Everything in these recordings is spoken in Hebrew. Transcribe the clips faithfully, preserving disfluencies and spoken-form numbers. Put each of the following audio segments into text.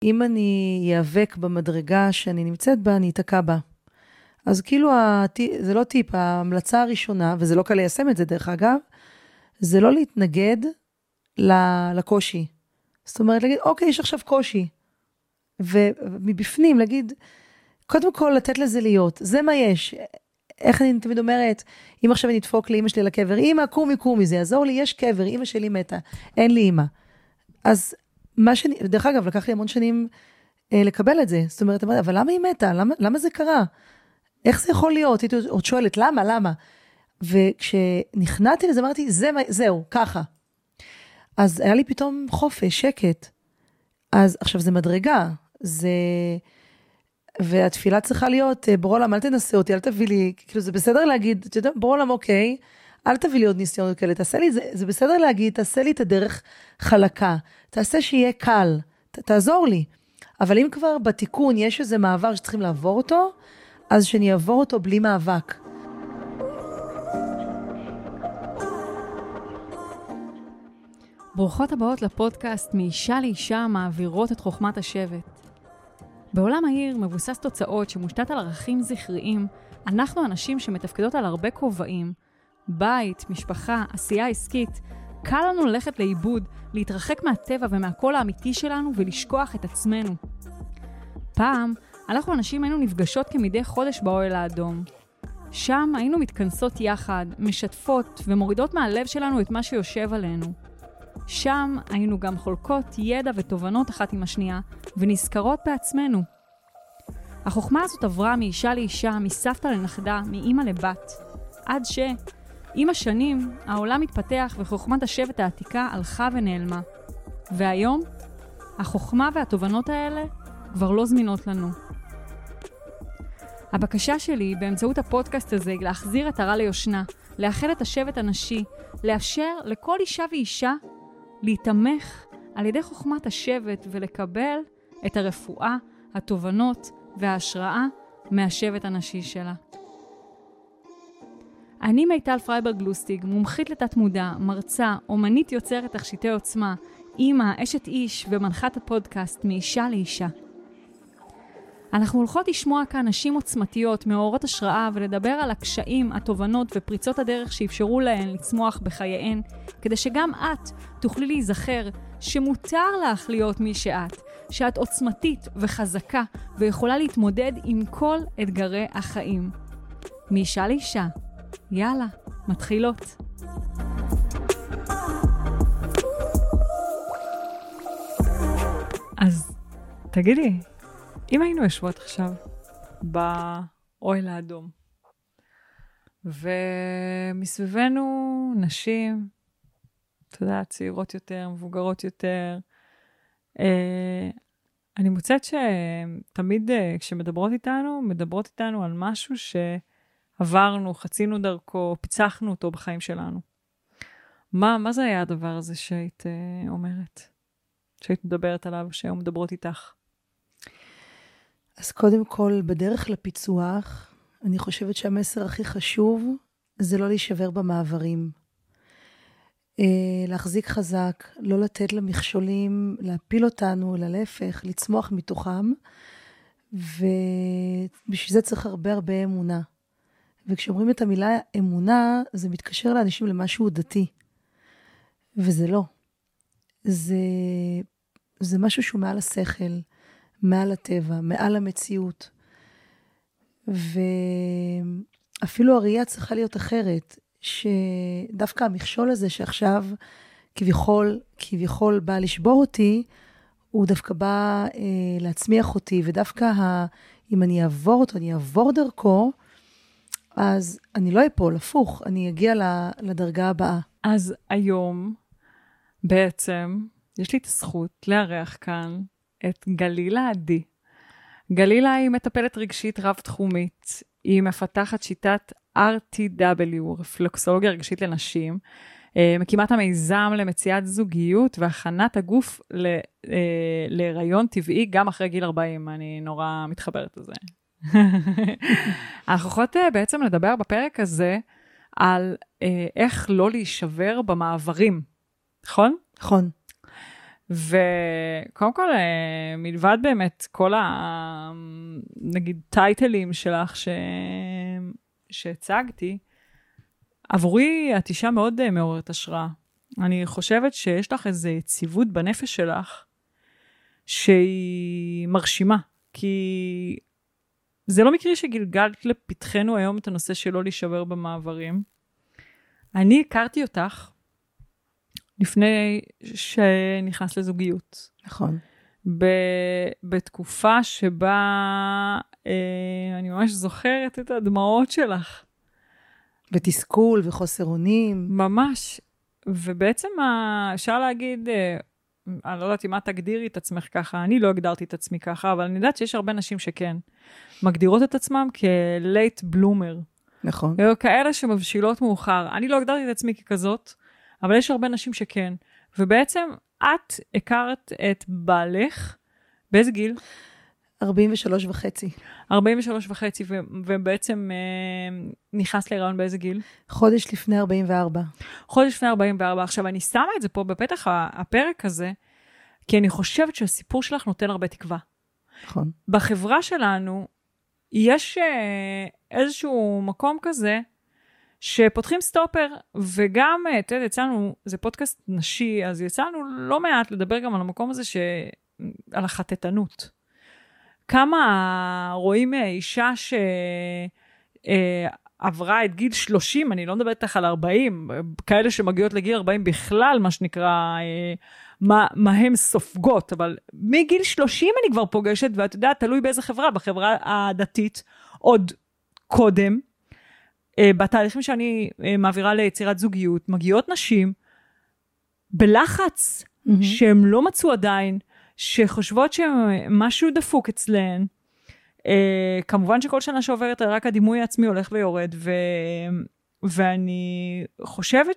אם אני יאבק במדרגה שאני נמצאת בה, אני אתקע בה. אז כאילו, זה לא טיפ, ההמלצה הראשונה, וזה לא קל ליישם את זה דרך אגב, זה לא להתנגד לקושי. זאת אומרת, להגיד, אוקיי, יש עכשיו קושי. ומבפנים, להגיד, קודם כל, לתת לזה להיות. זה מה יש. איך אני תמיד אומרת, אם עכשיו אני אדפוק לאמא שלי לקבר, אמא, קומי, קומי, זה יעזור לי, יש קבר, אמא שלי מתה, אין לי אמא. אז מה שאני, דרך אגב, לקח לי המון שנים אה, לקבל את זה. זאת אומרת, אבל למה היא מתה? למה, למה זה קרה? איך זה יכול להיות? הייתי עוד שואלת, למה, למה? וכשנכנעתי לזה, אמרתי, זה, זהו, ככה. אז היה לי פתאום חופש, שקט. אז עכשיו זה מדרגה, זה... והתפילה צריכה להיות, ברולם, אל תנסה אותי, אל תביא לי, כאילו זה בסדר להגיד, אתה יודע, ברולם, אוקיי, אל תביא לי עוד ניסיונות כאלה, תעשה לי, זה, זה בסדר להגיד, תעשה לי את הדרך חלקה, תעשה שיהיה קל, ת, תעזור לי. אבל אם כבר בתיקון יש איזה מעבר שצריכים לעבור אותו, אז שאני אעבור אותו בלי מאבק. ברוכות הבאות לפודקאסט מאישה לאישה מעבירות את חוכמת השבט. בעולם העיר מבוסס תוצאות שמושתת על ערכים זכריים, אנחנו אנשים שמתפקדות על הרבה כובעים, בית, משפחה, עשייה עסקית, קל לנו ללכת לאיבוד, להתרחק מהטבע ומהקול האמיתי שלנו ולשכוח את עצמנו. פעם, אנחנו אנשים היינו נפגשות כמדי חודש באוהל האדום. שם היינו מתכנסות יחד, משתפות ומורידות מהלב שלנו את מה שיושב עלינו. שם היינו גם חולקות ידע ותובנות אחת עם השנייה, ונזכרות בעצמנו. החוכמה הזאת עברה מאישה לאישה, מסבתא לנכדה, מאמא לבת, עד ש, עם השנים, העולם התפתח וחוכמת השבט העתיקה הלכה ונעלמה. והיום, החוכמה והתובנות האלה כבר לא זמינות לנו. הבקשה שלי באמצעות הפודקאסט הזה היא להחזיר את הרע ליושנה, לאחד את השבט הנשי, לאפשר לכל אישה ואישה להתמך על ידי חוכמת השבט ולקבל את הרפואה, התובנות וההשראה מהשבט הנשי שלה. אני מיטל פרייברג לוסטיג, מומחית לתת מודע, מרצה, אומנית יוצרת תכשיטי עוצמה, אימא, אשת איש ומנחת הפודקאסט מאישה לאישה. אנחנו הולכות לשמוע כאן נשים עוצמתיות, מאורות השראה, ולדבר על הקשיים, התובנות ופריצות הדרך שאפשרו להן לצמוח בחייהן, כדי שגם את תוכלי להיזכר שמותר לך להיות מי שאת, שאת עוצמתית וחזקה ויכולה להתמודד עם כל אתגרי החיים. מאישה לאישה. יאללה, מתחילות. אז תגידי, אם היינו יושבות עכשיו באוהל האדום, ומסביבנו נשים, אתה יודע, צעירות יותר, מבוגרות יותר, אה, אני מוצאת שתמיד אה, כשמדברות איתנו, מדברות איתנו על משהו שעברנו, חצינו דרכו, פיצחנו אותו בחיים שלנו. מה, מה זה היה הדבר הזה שהיית אה, אומרת? שהיית מדברת עליו, שהיום מדברות איתך? אז קודם כל, בדרך לפיצוח, אני חושבת שהמסר הכי חשוב זה לא להישבר במעברים. להחזיק חזק, לא לתת למכשולים, להפיל אותנו, ללהפך, לצמוח מתוכם, ובשביל זה צריך הרבה הרבה אמונה. וכשאומרים את המילה אמונה, זה מתקשר לאנשים למשהו דתי. וזה לא. זה, זה משהו שהוא מעל השכל, מעל הטבע, מעל המציאות. ואפילו הראייה צריכה להיות אחרת, שדווקא המכשול הזה שעכשיו כביכול, כביכול בא לשבור אותי, הוא דווקא בא אה, להצמיח אותי, ודווקא ה, אם אני אעבור אותו, אני אעבור דרכו, אז אני לא אפול, הפוך, אני אגיע לדרגה הבאה. אז היום בעצם יש לי את הזכות לארח כאן את גלילה עדי. גלילה היא מטפלת רגשית רב-תחומית, היא מפתחת שיטת אר טי דאבליו, רפלקסולוגיה רגשית לנשים, מקימת המיזם למציאת זוגיות והכנת הגוף ל, להיריון טבעי גם אחרי גיל ארבעים, אני נורא מתחברת לזה. אנחנו יכולות בעצם לדבר בפרק הזה על איך לא להישבר במעברים, נכון? נכון. וקודם כל, מלבד באמת כל ה... נגיד טייטלים שלך ש... שהצגתי, עבורי את אישה מאוד מעוררת השראה. אני חושבת שיש לך איזו יציבות בנפש שלך, שהיא מרשימה, כי זה לא מקרי שגלגלת לפתחנו היום את הנושא שלא להישבר במעברים. אני הכרתי אותך לפני שנכנס לזוגיות. נכון. ב- בתקופה שבה אה, אני ממש זוכרת את הדמעות שלך. ותסכול וחוסר אונים. ממש. ובעצם אפשר להגיד, אה, אני לא יודעת אם את תגדירי את עצמך ככה, אני לא הגדרתי את עצמי ככה, אבל אני יודעת שיש הרבה נשים שכן, מגדירות את עצמם כ-late bloomer. נכון. כאלה שמבשילות מאוחר. אני לא הגדרתי את עצמי ככזאת, אבל יש הרבה נשים שכן. ובעצם את הכרת את בעלך, באיזה גיל? ארבעים ושלוש וחצי. ארבעים ושלוש וחצי, ו- ובעצם אה, נכנס להיריון באיזה גיל? חודש לפני ארבעים וארבע. חודש לפני ארבעים וארבע. עכשיו, אני שמה את זה פה בפתח הפרק הזה, כי אני חושבת שהסיפור שלך נותן הרבה תקווה. נכון. בחברה שלנו, יש אה, איזשהו מקום כזה, שפותחים סטופר, וגם, אתה יודע, יצאנו, זה פודקאסט נשי, אז יצאנו לא מעט לדבר גם על המקום הזה, ש... על החטטנות. כמה רואים אישה שעברה את גיל שלושים, אני לא מדברת לך על ארבעים, כאלה שמגיעות לגיל ארבעים בכלל, מה שנקרא, מה, מה הם סופגות, אבל מגיל שלושים אני כבר פוגשת, ואתה יודע, תלוי באיזה חברה, בחברה הדתית, עוד קודם, בתהליכים שאני מעבירה ליצירת זוגיות, מגיעות נשים בלחץ, mm-hmm. שהם לא מצאו עדיין, שחושבות שמשהו דפוק אצלהן. כמובן שכל שנה שעוברת, רק הדימוי העצמי הולך ויורד, ו... ואני חושבת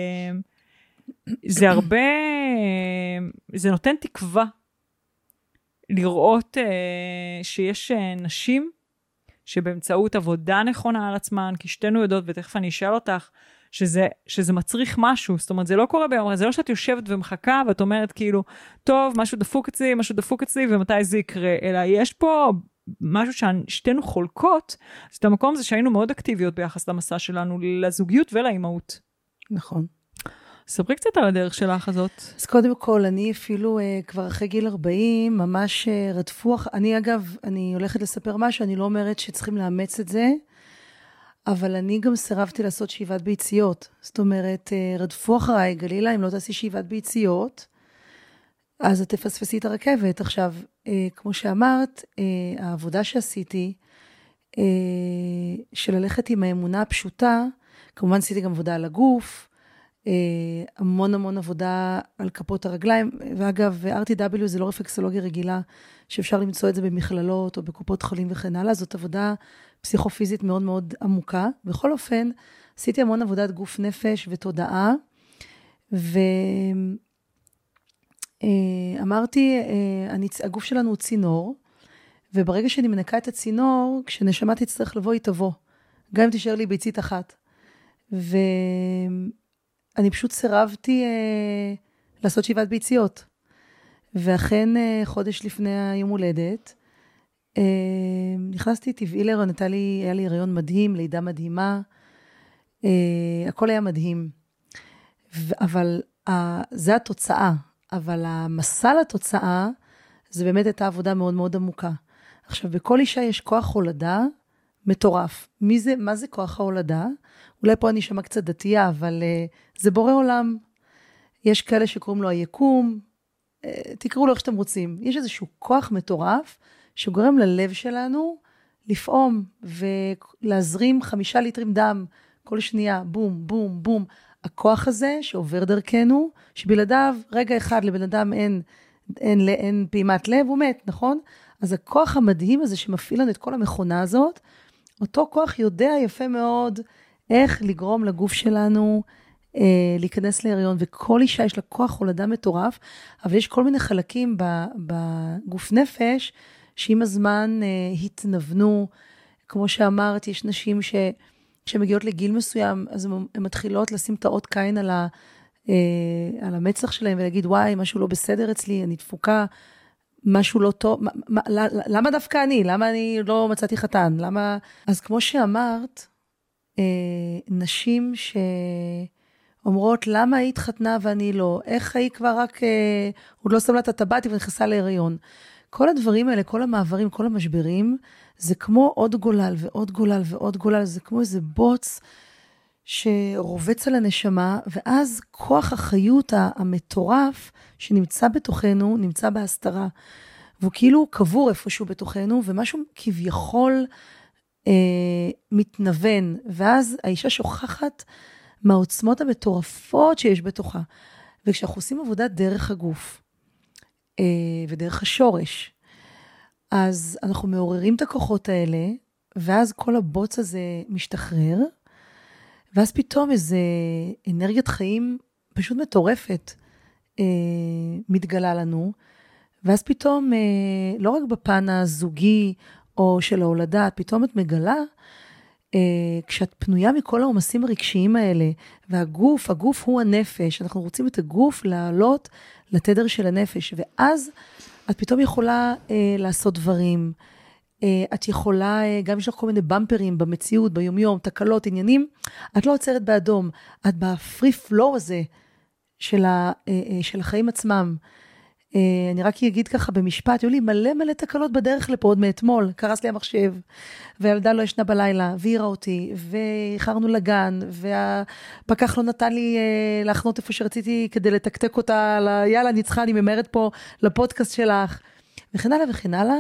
שזה הרבה, זה נותן תקווה לראות שיש נשים, שבאמצעות עבודה נכונה על עצמן, כי שתינו יודעות, ותכף אני אשאל אותך, שזה, שזה מצריך משהו, זאת אומרת, זה לא קורה ביום, זה לא שאת יושבת ומחכה, ואת אומרת כאילו, טוב, משהו דפוק אצלי, משהו דפוק אצלי, ומתי זה יקרה, אלא יש פה משהו ששתינו חולקות, זאת המקום הזה שהיינו מאוד אקטיביות ביחס למסע שלנו, לזוגיות ולאימהות. נכון. ספרי קצת על הדרך שלך הזאת. אז קודם כל, אני אפילו uh, כבר אחרי גיל ארבעים, ממש uh, רדפו, אני אגב, אני הולכת לספר משהו, אני לא אומרת שצריכים לאמץ את זה, אבל אני גם סירבתי לעשות שאיבת ביציות. זאת אומרת, uh, רדפו אחריי, גלילה, אם לא תעשי שאיבת ביציות, אז את תפספסי את הרכבת. עכשיו, uh, כמו שאמרת, uh, העבודה שעשיתי, uh, של ללכת עם האמונה הפשוטה, כמובן עשיתי גם עבודה על הגוף, המון המון עבודה על כפות הרגליים, ואגב, אר טי דאבליו זה לא רפלקסולוגיה רגילה, שאפשר למצוא את זה במכללות או בקופות חולים וכן הלאה, זאת עבודה פסיכופיזית מאוד מאוד עמוקה. בכל אופן, עשיתי המון עבודת גוף נפש ותודעה, ואמרתי, הגוף שלנו הוא צינור, וברגע שאני מנקה את הצינור, כשנשמה תצטרך לבוא, היא תבוא, גם אם תישאר לי ביצית אחת. ו... אני פשוט סירבתי אה, לעשות שאיבת ביציות. ואכן אה, חודש לפני היום הולדת, אה, נכנסתי טבעי להיריון, הייתה לי, היה לי הריון מדהים, לידה מדהימה, אה, הכל היה מדהים. ו- אבל אה, זה התוצאה, אבל המסע לתוצאה, זה באמת הייתה עבודה מאוד מאוד עמוקה. עכשיו, בכל אישה יש כוח הולדה מטורף. מי זה, מה זה כוח ההולדה? אולי פה אני שמע קצת דתייה, אבל uh, זה בורא עולם. יש כאלה שקוראים לו היקום, uh, תקראו לו איך שאתם רוצים. יש איזשהו כוח מטורף, שגורם ללב שלנו לפעום, ולהזרים חמישה ליטרים דם, כל שנייה, בום, בום, בום. הכוח הזה שעובר דרכנו, שבלעדיו רגע אחד לבן אדם אין, אין, אין, אין פעימת לב, הוא מת, נכון? אז הכוח המדהים הזה שמפעיל לנו את כל המכונה הזאת, אותו כוח יודע יפה מאוד איך לגרום לגוף שלנו אה, להיכנס להיריון, וכל אישה יש לה כוח הולדה מטורף, אבל יש כל מיני חלקים בגוף נפש, שעם הזמן אה, התנוונו, כמו שאמרת, יש נשים ש, שמגיעות לגיל מסוים, אז הן מתחילות לשים את האות קין על, ה, על המצח שלהם ולהגיד, וואי, משהו לא בסדר אצלי, אני דפוקה, משהו לא טוב, מה, מה, למה דווקא אני? למה אני לא מצאתי חתן? למה... אז כמו שאמרת, נשים שאומרות, למה היא התחתנה ואני לא? איך היא כבר רק, עוד לא שמה את הטבעת ונכנסה להיריון? כל הדברים האלה, כל המעברים, כל המשברים, זה כמו עוד גולל ועוד גולל ועוד גולל, זה כמו איזה בוץ שרובץ על הנשמה, ואז כוח החיות המטורף שנמצא בתוכנו, נמצא בהסתרה, והוא כאילו קבור איפשהו בתוכנו, ומשהו כביכול אה, מתנוון, ואז האישה שוכחת מהעוצמות המטורפות שיש בתוכה. וכשאנחנו עושים עבודה דרך הגוף, אה, ודרך השורש, אז אנחנו מעוררים את הכוחות האלה, ואז כל הבוץ הזה משתחרר, ואז פתאום איזו אנרגיית חיים פשוט מטורפת אה, מתגלה לנו, ואז פתאום, אה, לא רק בפן הזוגי או של ההולדה, פתאום את מגלה, אה, כשאת פנויה מכל העומסים הרגשיים האלה, והגוף, הגוף הוא הנפש, אנחנו רוצים את הגוף לעלות לתדר של הנפש, ואז את פתאום יכולה אה, לעשות דברים, את יכולה, גם יש לך כל מיני במפרים במציאות, ביומיום, תקלות, עניינים, את לא עוצרת באדום, את בפרי פלואו הזה של, ה, של החיים עצמם. אני רק אגיד ככה במשפט, היו לי מלא מלא תקלות בדרך לפה עוד מאתמול, קרס לי המחשב, והילדה לא ישנה בלילה, והעירה אותי, ואיחרנו לגן, והפקח לא נתן לי להחנות איפה שרציתי כדי לתקתק אותה, יאללה, אני צריכה, אני ממהרת פה לפודקאסט שלך, וכן הלאה וכן הלאה.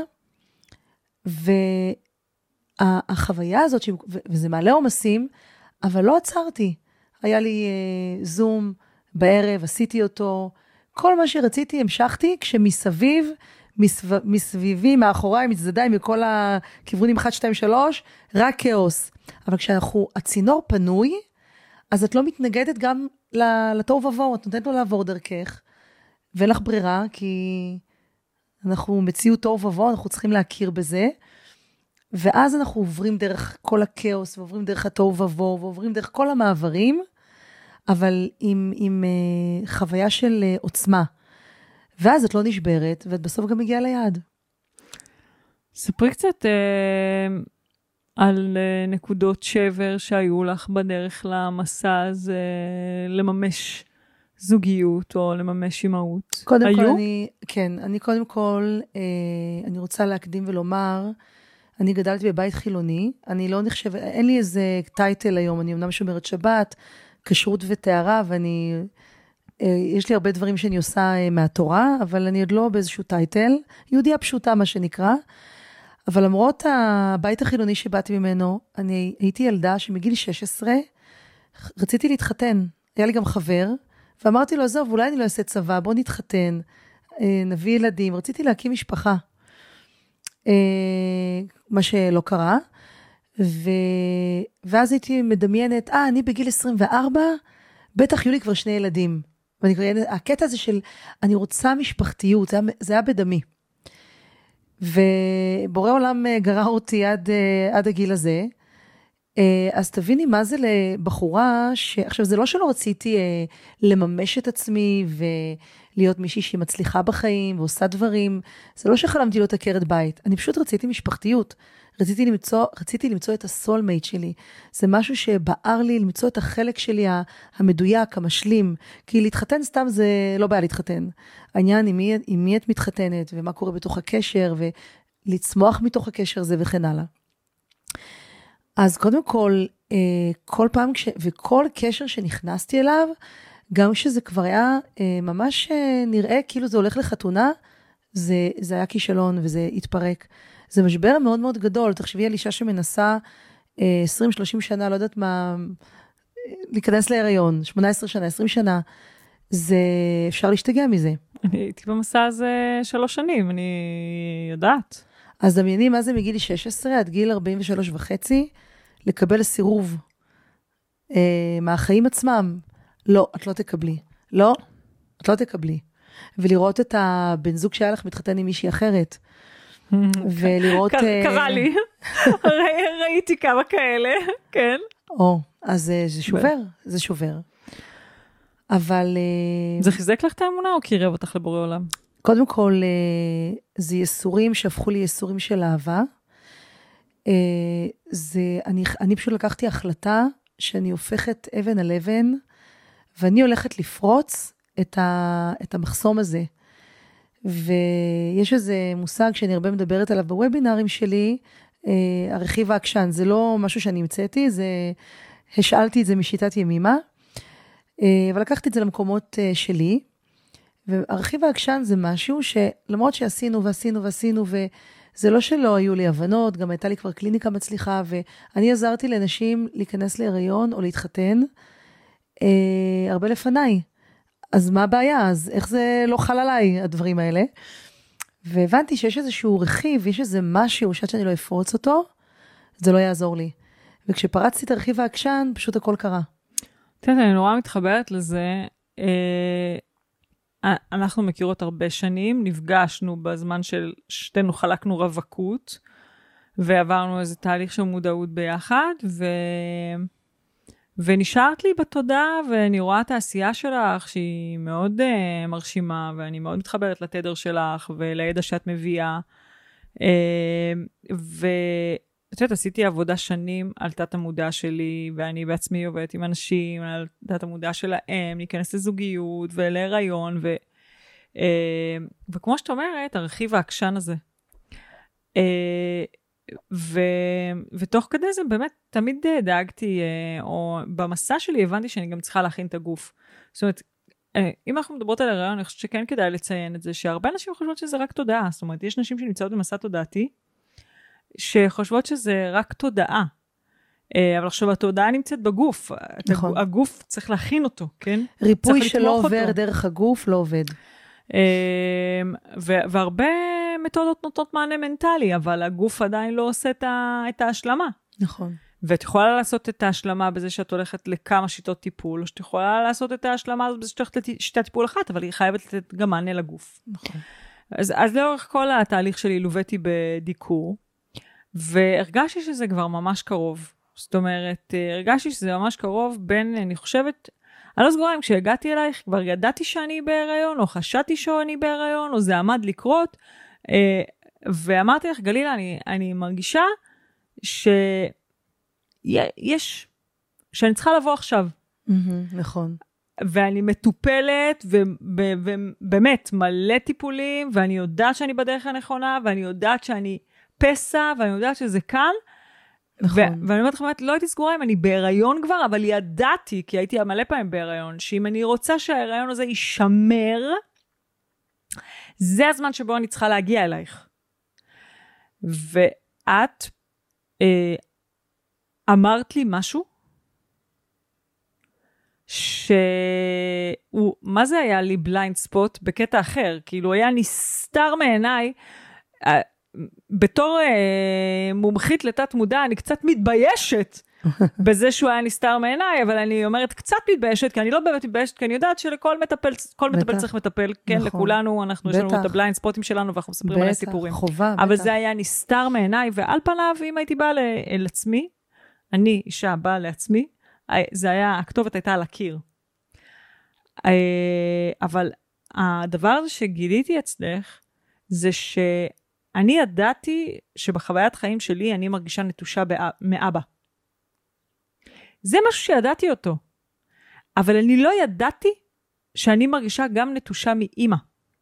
והחוויה הזאת, וזה מעלה עומסים, אבל לא עצרתי. היה לי זום בערב, עשיתי אותו, כל מה שרציתי המשכתי, כשמסביב, מסביבי, מאחוריי, מצדדיי, מכל הכיוונים אחת, שתיים, שלוש, רק כאוס. אבל כשאנחנו, הצינור פנוי, אז את לא מתנגדת גם לתור ובוא, את נותנת לו לעבור דרכך, ואין לך ברירה, כי אנחנו מציאות תור ובוא, אנחנו צריכים להכיר בזה, ואז אנחנו עוברים דרך כל הכאוס, ועוברים דרך התור ובוא, ועוברים דרך כל המעברים, אבל עם, עם uh, חוויה של uh, עוצמה. ואז את לא נשברת, ואת בסוף גם מגיעה ליעד. ספרי קצת uh, על uh, נקודות שבר שהיו לך בדרך למסע הזה, לממש זוגיות או לממש אימהות. קודם היו? כל אני, כן, אני קודם כל, אה, אני רוצה להקדים ולומר, אני גדלתי בבית חילוני, אני לא נחשב, אין לי איזה טייטל היום, אני אמנם שומרת שבת, כשרות ותארה, ואני, אה, יש לי הרבה דברים שאני עושה אה, מהתורה, אבל אני עוד לא באיזשהו טייטל, יהודיה פשוטה מה שנקרא, אבל למרות הבית החילוני שבאתי ממנו, אני הייתי ילדה שמגיל שש עשרה, רציתי להתחתן, היה לי גם חבר, ואמרתי לו, עזוב, אולי אני לא אעשה צבא, בוא נתחתן, נביא ילדים, רציתי להקים משפחה, מה שלא קרה, ו... ואז הייתי מדמיינת, אה, אני בגיל עשרים וארבע, בטח יהיו לי כבר שני ילדים, ואני כבר, הקטע הזה של, אני רוצה משפחתיות, זה היה, זה היה בדמי, ובורא עולם גרר אותי עד, עד הגיל הזה, אז תביני מה זה לבחורה, ש... עכשיו זה לא שלא רציתי אה, לממש את עצמי ולהיות מישהי שהיא מצליחה בחיים ועושה דברים, זה לא שחלמתי להיות עקרת בית, אני פשוט רציתי משפחתיות, רציתי למצוא, רציתי למצוא את הסולמייט שלי, זה משהו שבער לי למצוא את החלק שלי המדויק, המשלים, כי להתחתן סתם זה לא בעיה להתחתן, העניין עם מי, עם מי את מתחתנת ומה קורה בתוך הקשר ולצמוח מתוך הקשר הזה וכן הלאה. אז קודם כל, כל פעם, כש... וכל קשר שנכנסתי אליו, גם כשזה כבר היה ממש נראה כאילו זה הולך לחתונה, זה, זה היה כישלון וזה התפרק. זה משבר מאוד מאוד גדול, תחשבי על אישה שמנסה עשרים שלושים שנה, לא יודעת מה, להיכנס להיריון, שמונה עשרה שנה, עשרים שנה, זה אפשר להשתגע מזה. אני הייתי במסע הזה שלוש שנים, אני יודעת. אז דמייני מה זה מגיל שש עשרה עד גיל ארבעים ושלוש וחצי, לקבל סירוב אה, מהחיים עצמם. לא, את לא תקבלי. לא, את לא תקבלי. ולראות את הבן זוג שהיה לך מתחתן עם מישהי אחרת. ולראות... קרה לי. ראיתי כמה כאלה, כן. או, אז זה שובר, זה שובר. אבל... זה חיזק לך את האמונה או קירב אותך לבורא עולם? קודם כל, זה יסורים שהפכו לי יסורים של אהבה. זה, אני, אני פשוט לקחתי החלטה שאני הופכת אבן על אבן, ואני הולכת לפרוץ את, ה, את המחסום הזה. ויש איזה מושג שאני הרבה מדברת עליו בוובינרים שלי, הרכיב העקשן. זה לא משהו שאני המצאתי, זה, השאלתי את זה משיטת ימימה, אבל לקחתי את זה למקומות שלי, והרכיב העקשן זה משהו שלמרות שעשינו ועשינו ועשינו, וזה לא שלא היו לי הבנות, גם הייתה לי כבר קליניקה מצליחה, ואני עזרתי לאנשים להיכנס להיריון או להתחתן, אה, הרבה לפניי. אז מה הבעיה? אז איך זה לא חל עליי, הדברים האלה? והבנתי שיש איזשהו רכיב, יש איזה משהו שעד שאני לא אפרוץ אותו, זה לא יעזור לי. וכשפרצתי את הרכיב העקשן, פשוט הכל קרה. תראה, אני נורא מתחברת לזה. אנחנו מכירות הרבה שנים, נפגשנו בזמן של שתינו חלקנו רווקות, ועברנו איזה תהליך של מודעות ביחד, ו... ונשארת לי בתודעה, ואני רואה את העשייה שלך, שהיא מאוד uh, מרשימה, ואני מאוד מתחברת לתדר שלך, ולידע שאת מביאה. Uh, ואת יודעת, עשיתי עבודה שנים על תת המודע שלי, ואני בעצמי עובדת עם אנשים, על תת המודע שלהם, להיכנס לזוגיות, ולהיריון, ו... Uh, וכמו שאת אומרת, הרכיב העקשן הזה. Uh, ו... ותוך כדי זה באמת תמיד דאגתי, או במסע שלי הבנתי שאני גם צריכה להכין את הגוף. זאת אומרת, אם אנחנו מדברות על הרעיון, אני חושבת שכן כדאי לציין את זה, שהרבה אנשים חושבות שזה רק תודעה. זאת אומרת, יש נשים שנמצאות במסע תודעתי, שחושבות שזה רק תודעה. אבל עכשיו, התודעה נמצאת בגוף. נכון. הגוף צריך להכין אותו, כן? ריפוי שלא עובר אותו. דרך הגוף לא עובד. והרבה מתודות נותנות מענה מנטלי, אבל הגוף עדיין לא עושה את ההשלמה. נכון. ואת יכולה לעשות את ההשלמה בזה שאת הולכת לכמה שיטות טיפול, או שאת יכולה לעשות את ההשלמה בזה שאת הולכת לשיטת טיפול אחת, אבל היא חייבת לתת גם מענה לגוף. נכון. אז, אז לאורך כל התהליך שלי לוויתי בדיקור, והרגשתי שזה כבר ממש קרוב. זאת אומרת, הרגשתי שזה ממש קרוב בין, אני חושבת, אני לא סגורה אם כשהגעתי אלייך, כבר ידעתי שאני בהיריון, או חשדתי שאני בהיריון, או זה עמד לקרות, ואמרתי לך, גלילה, אני, אני מרגישה שיש, שאני צריכה לבוא עכשיו. נכון. ואני מטופלת, ובאמת מלא טיפולים, ואני יודעת שאני בדרך הנכונה, ואני יודעת שאני פסע, ואני יודעת שזה כאן, נכון. ואני אומרת לך, לא הייתי סגורה אם אני בהיריון כבר, אבל ידעתי, כי הייתי מלא פעמים בהיריון, שאם אני רוצה שההיריון הזה יישמר, זה הזמן שבו אני צריכה להגיע אלייך. ואת אה, אמרת לי משהו, שהוא, מה זה היה לי בליינד ספוט בקטע אחר? כאילו היה נסתר מעיניי, אה, בתור אה, מומחית לתת מודע, אני קצת מתביישת בזה שהוא היה נסתר מעיניי, אבל אני אומרת קצת מתביישת, כי אני לא באמת מתביישת, כי אני יודעת שלכל מטפל, כל מטפל צריך מטפל, כן, נכון. לכולנו, אנחנו בטח. יש לנו את הבליינד ספוטים שלנו, ואנחנו מספרים בטח, על הסיפורים. חובה, אבל בטח. זה היה נסתר מעיניי, ועל פניו, אם הייתי באה אל עצמי, אני אישה באה לעצמי, זה היה, הכתובת הייתה על הקיר. אבל הדבר הזה שגיליתי אצלך, זה ש... אני ידעתי שבחוויית חיים שלי אני מרגישה נטושה מאבא. זה משהו שידעתי אותו. אבל אני לא ידעתי שאני מרגישה גם נטושה מאמא.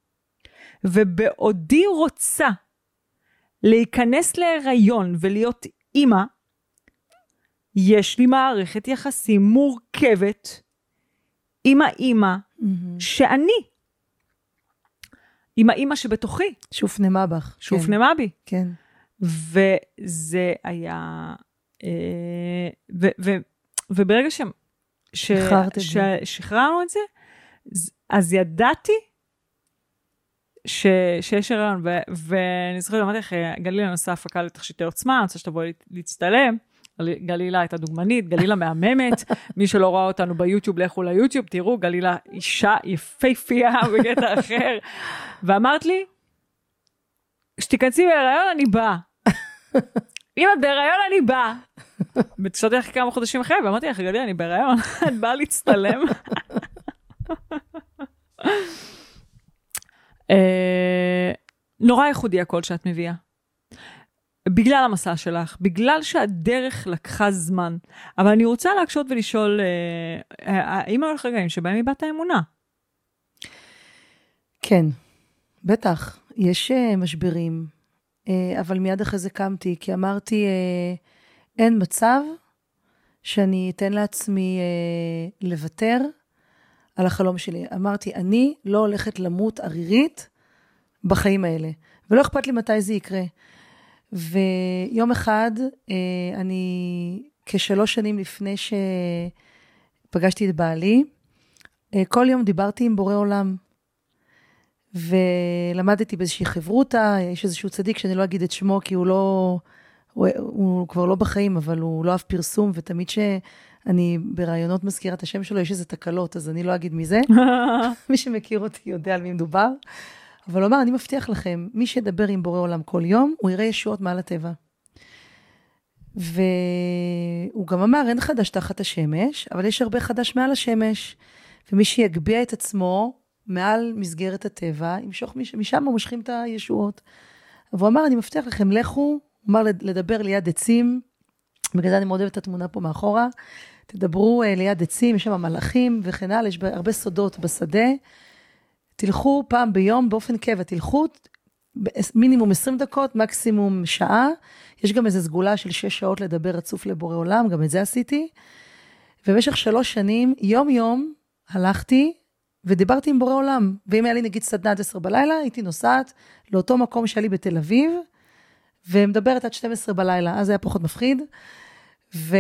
ובעודי רוצה להיכנס להיריון ולהיות אמא, יש לי מערכת יחסים מורכבת עם האמא mm-hmm. שאני. עם האמא שבתוכי. שהופנמה בך. שהופנמה בי. כן. וזה היה... ו, ו, וברגע ש... ששחררנו את זה, אז ידעתי ש, שיש הריון, ו, ואני זוכרת, אמרתי לך, גלילה נושא הפקה לתכשיטי עוצמה, אני רוצה שתבואי להצטלם, גלילה הייתה דוגמנית, גלילה מהממת, מי שלא רואה אותנו ביוטיוב, לכו ליוטיוב, תראו, גלילה אישה יפהפייה בקטע אחר, ואמרת לי, שתיכנסי בהיריון, אני באה. אם את בהיריון, אני באה. ותשאלתי לך כמה חודשים אחרי, ואמרתי לך, גלילה, אני בהיריון, את באה להצטלם. נורא ייחודי הקול שאת מביאה. בגלל המסע שלך, בגלל שהדרך לקחה זמן. אבל אני רוצה להקשות ולשאול, האם היו לך רגעים שבהם איבדת אמונה? כן, בטח. יש משברים, אבל מיד אחרי זה קמתי, כי אמרתי, אין מצב שאני אתן לעצמי לוותר על החלום שלי. אמרתי, אני לא הולכת למות ערירית בחיים האלה, ולא אכפת לי מתי זה יקרה. ויום אחד, אני כשלוש שנים לפני שפגשתי את בעלי, כל יום דיברתי עם בורא עולם, ולמדתי באיזושהי חברותה, יש איזשהו צדיק שאני לא אגיד את שמו, כי הוא לא, הוא, הוא כבר לא בחיים, אבל הוא לא אף פרסום, ותמיד שאני ברעיונות מזכירה את השם שלו, יש איזה תקלות, אז אני לא אגיד מי זה. מי שמכיר אותי יודע על מי מדובר. אבל הוא אמר, אני מבטיח לכם, מי שידבר עם בורא עולם כל יום, הוא יראה ישועות מעל הטבע. והוא גם אמר, אין חדש תחת השמש, אבל יש הרבה חדש מעל השמש, ומי שיגביע את עצמו מעל מסגרת הטבע, ימשוך משם מושכים את הישועות. והוא אמר, אני מבטיח לכם, לכו, הוא אמר לדבר ליד עצים, בגלל זה אני מאוד אוהבת את התמונה פה מאחורה, תדברו ליד עצים, יש שם מלאכים וכן הלאה, יש הרבה סודות בשדה, תלכו פעם ביום באופן קבע, תלכו מינימום עשרים דקות, מקסימום שעה, יש גם איזו סגולה של שש שעות לדבר רצוף לבורא עולם, גם את זה עשיתי, ובמשך שלוש שנים, יום יום, הלכתי ודיברתי עם בורא עולם, ואם היה לי נגיד סדנה עד עשר בלילה, הייתי נוסעת לאותו מקום שהיה לי בתל אביב, ומדברת עד שתים עשרה בלילה, אז זה היה פחות מפחיד, ו...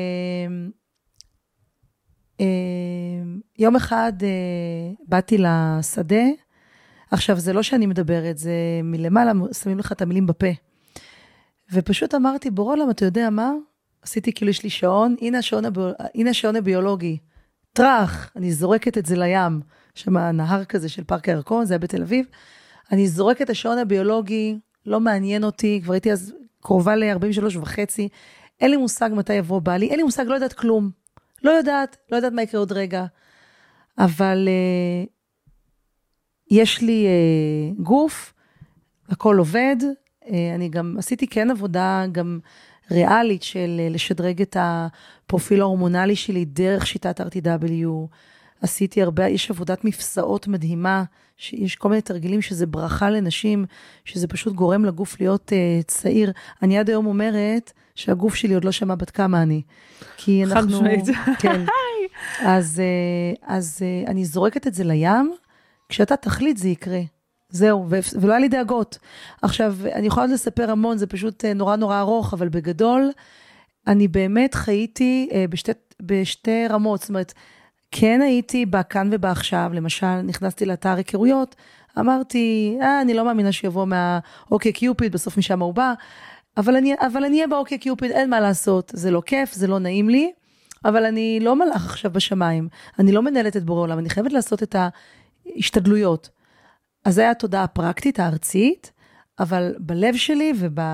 יום אחד באתי לשדה, עכשיו זה לא שאני מדברת, זה מלמעלה, שמים לך את המילים בפה, ופשוט אמרתי, בורא עולם, אתה יודע מה? עשיתי כאילו יש לי שעון, הנה השעון, הביול... הנה השעון הביולוגי, טרח, אני זורקת את זה לים, שם נהר כזה של פארק הירקון, זה היה בתל אביב, אני זורקת את השעון הביולוגי, לא מעניין אותי, כבר הייתי אז קרובה ל-ארבעים ושלוש וחצי, אין לי מושג מתי יבוא בעלי, אין לי מושג, לא יודעת כלום, לא יודעת, לא יודעת מה יקרה עוד רגע, אבל uh, יש לי uh, גוף, הכל עובד, uh, אני גם עשיתי כן עבודה גם ריאלית של uh, לשדרג את הפרופיל ההורמונלי שלי דרך שיטת אר טי דאבליו, עשיתי הרבה, יש עבודת מפסעות מדהימה, שיש כל מיני תרגילים שזה ברכה לנשים, שזה פשוט גורם לגוף להיות uh, צעיר. אני עד היום אומרת שהגוף שלי עוד לא שמע בת כמה אני. כי אנחנו... כן. אז, uh, אז uh, אני זורקת את זה לים, כשאתה תחליט זה יקרה. זהו, ו- ולא היה לי דאגות. עכשיו, אני יכולה לספר המון, זה פשוט uh, נורא נורא ארוך, אבל בגדול, אני באמת חייתי uh, בשתי, בשתי רמות, זאת אומרת, כן הייתי בכאן ובעכשיו, למשל, נכנסתי לאתר היכרויות, אמרתי, אה, אני לא מאמינה שיבוא מהאוקיי קיופיד, בסוף משם הוא בא, אבל אני, אבל אני אהיה באוקיי קיופיד, אין מה לעשות, זה לא כיף, זה לא נעים לי, אבל אני לא מלאך עכשיו בשמיים, אני לא מנהלת את בורא עולם, אני חייבת לעשות את ההשתדלויות. אז זה היה התודעה הפרקטית, הארצית, אבל בלב שלי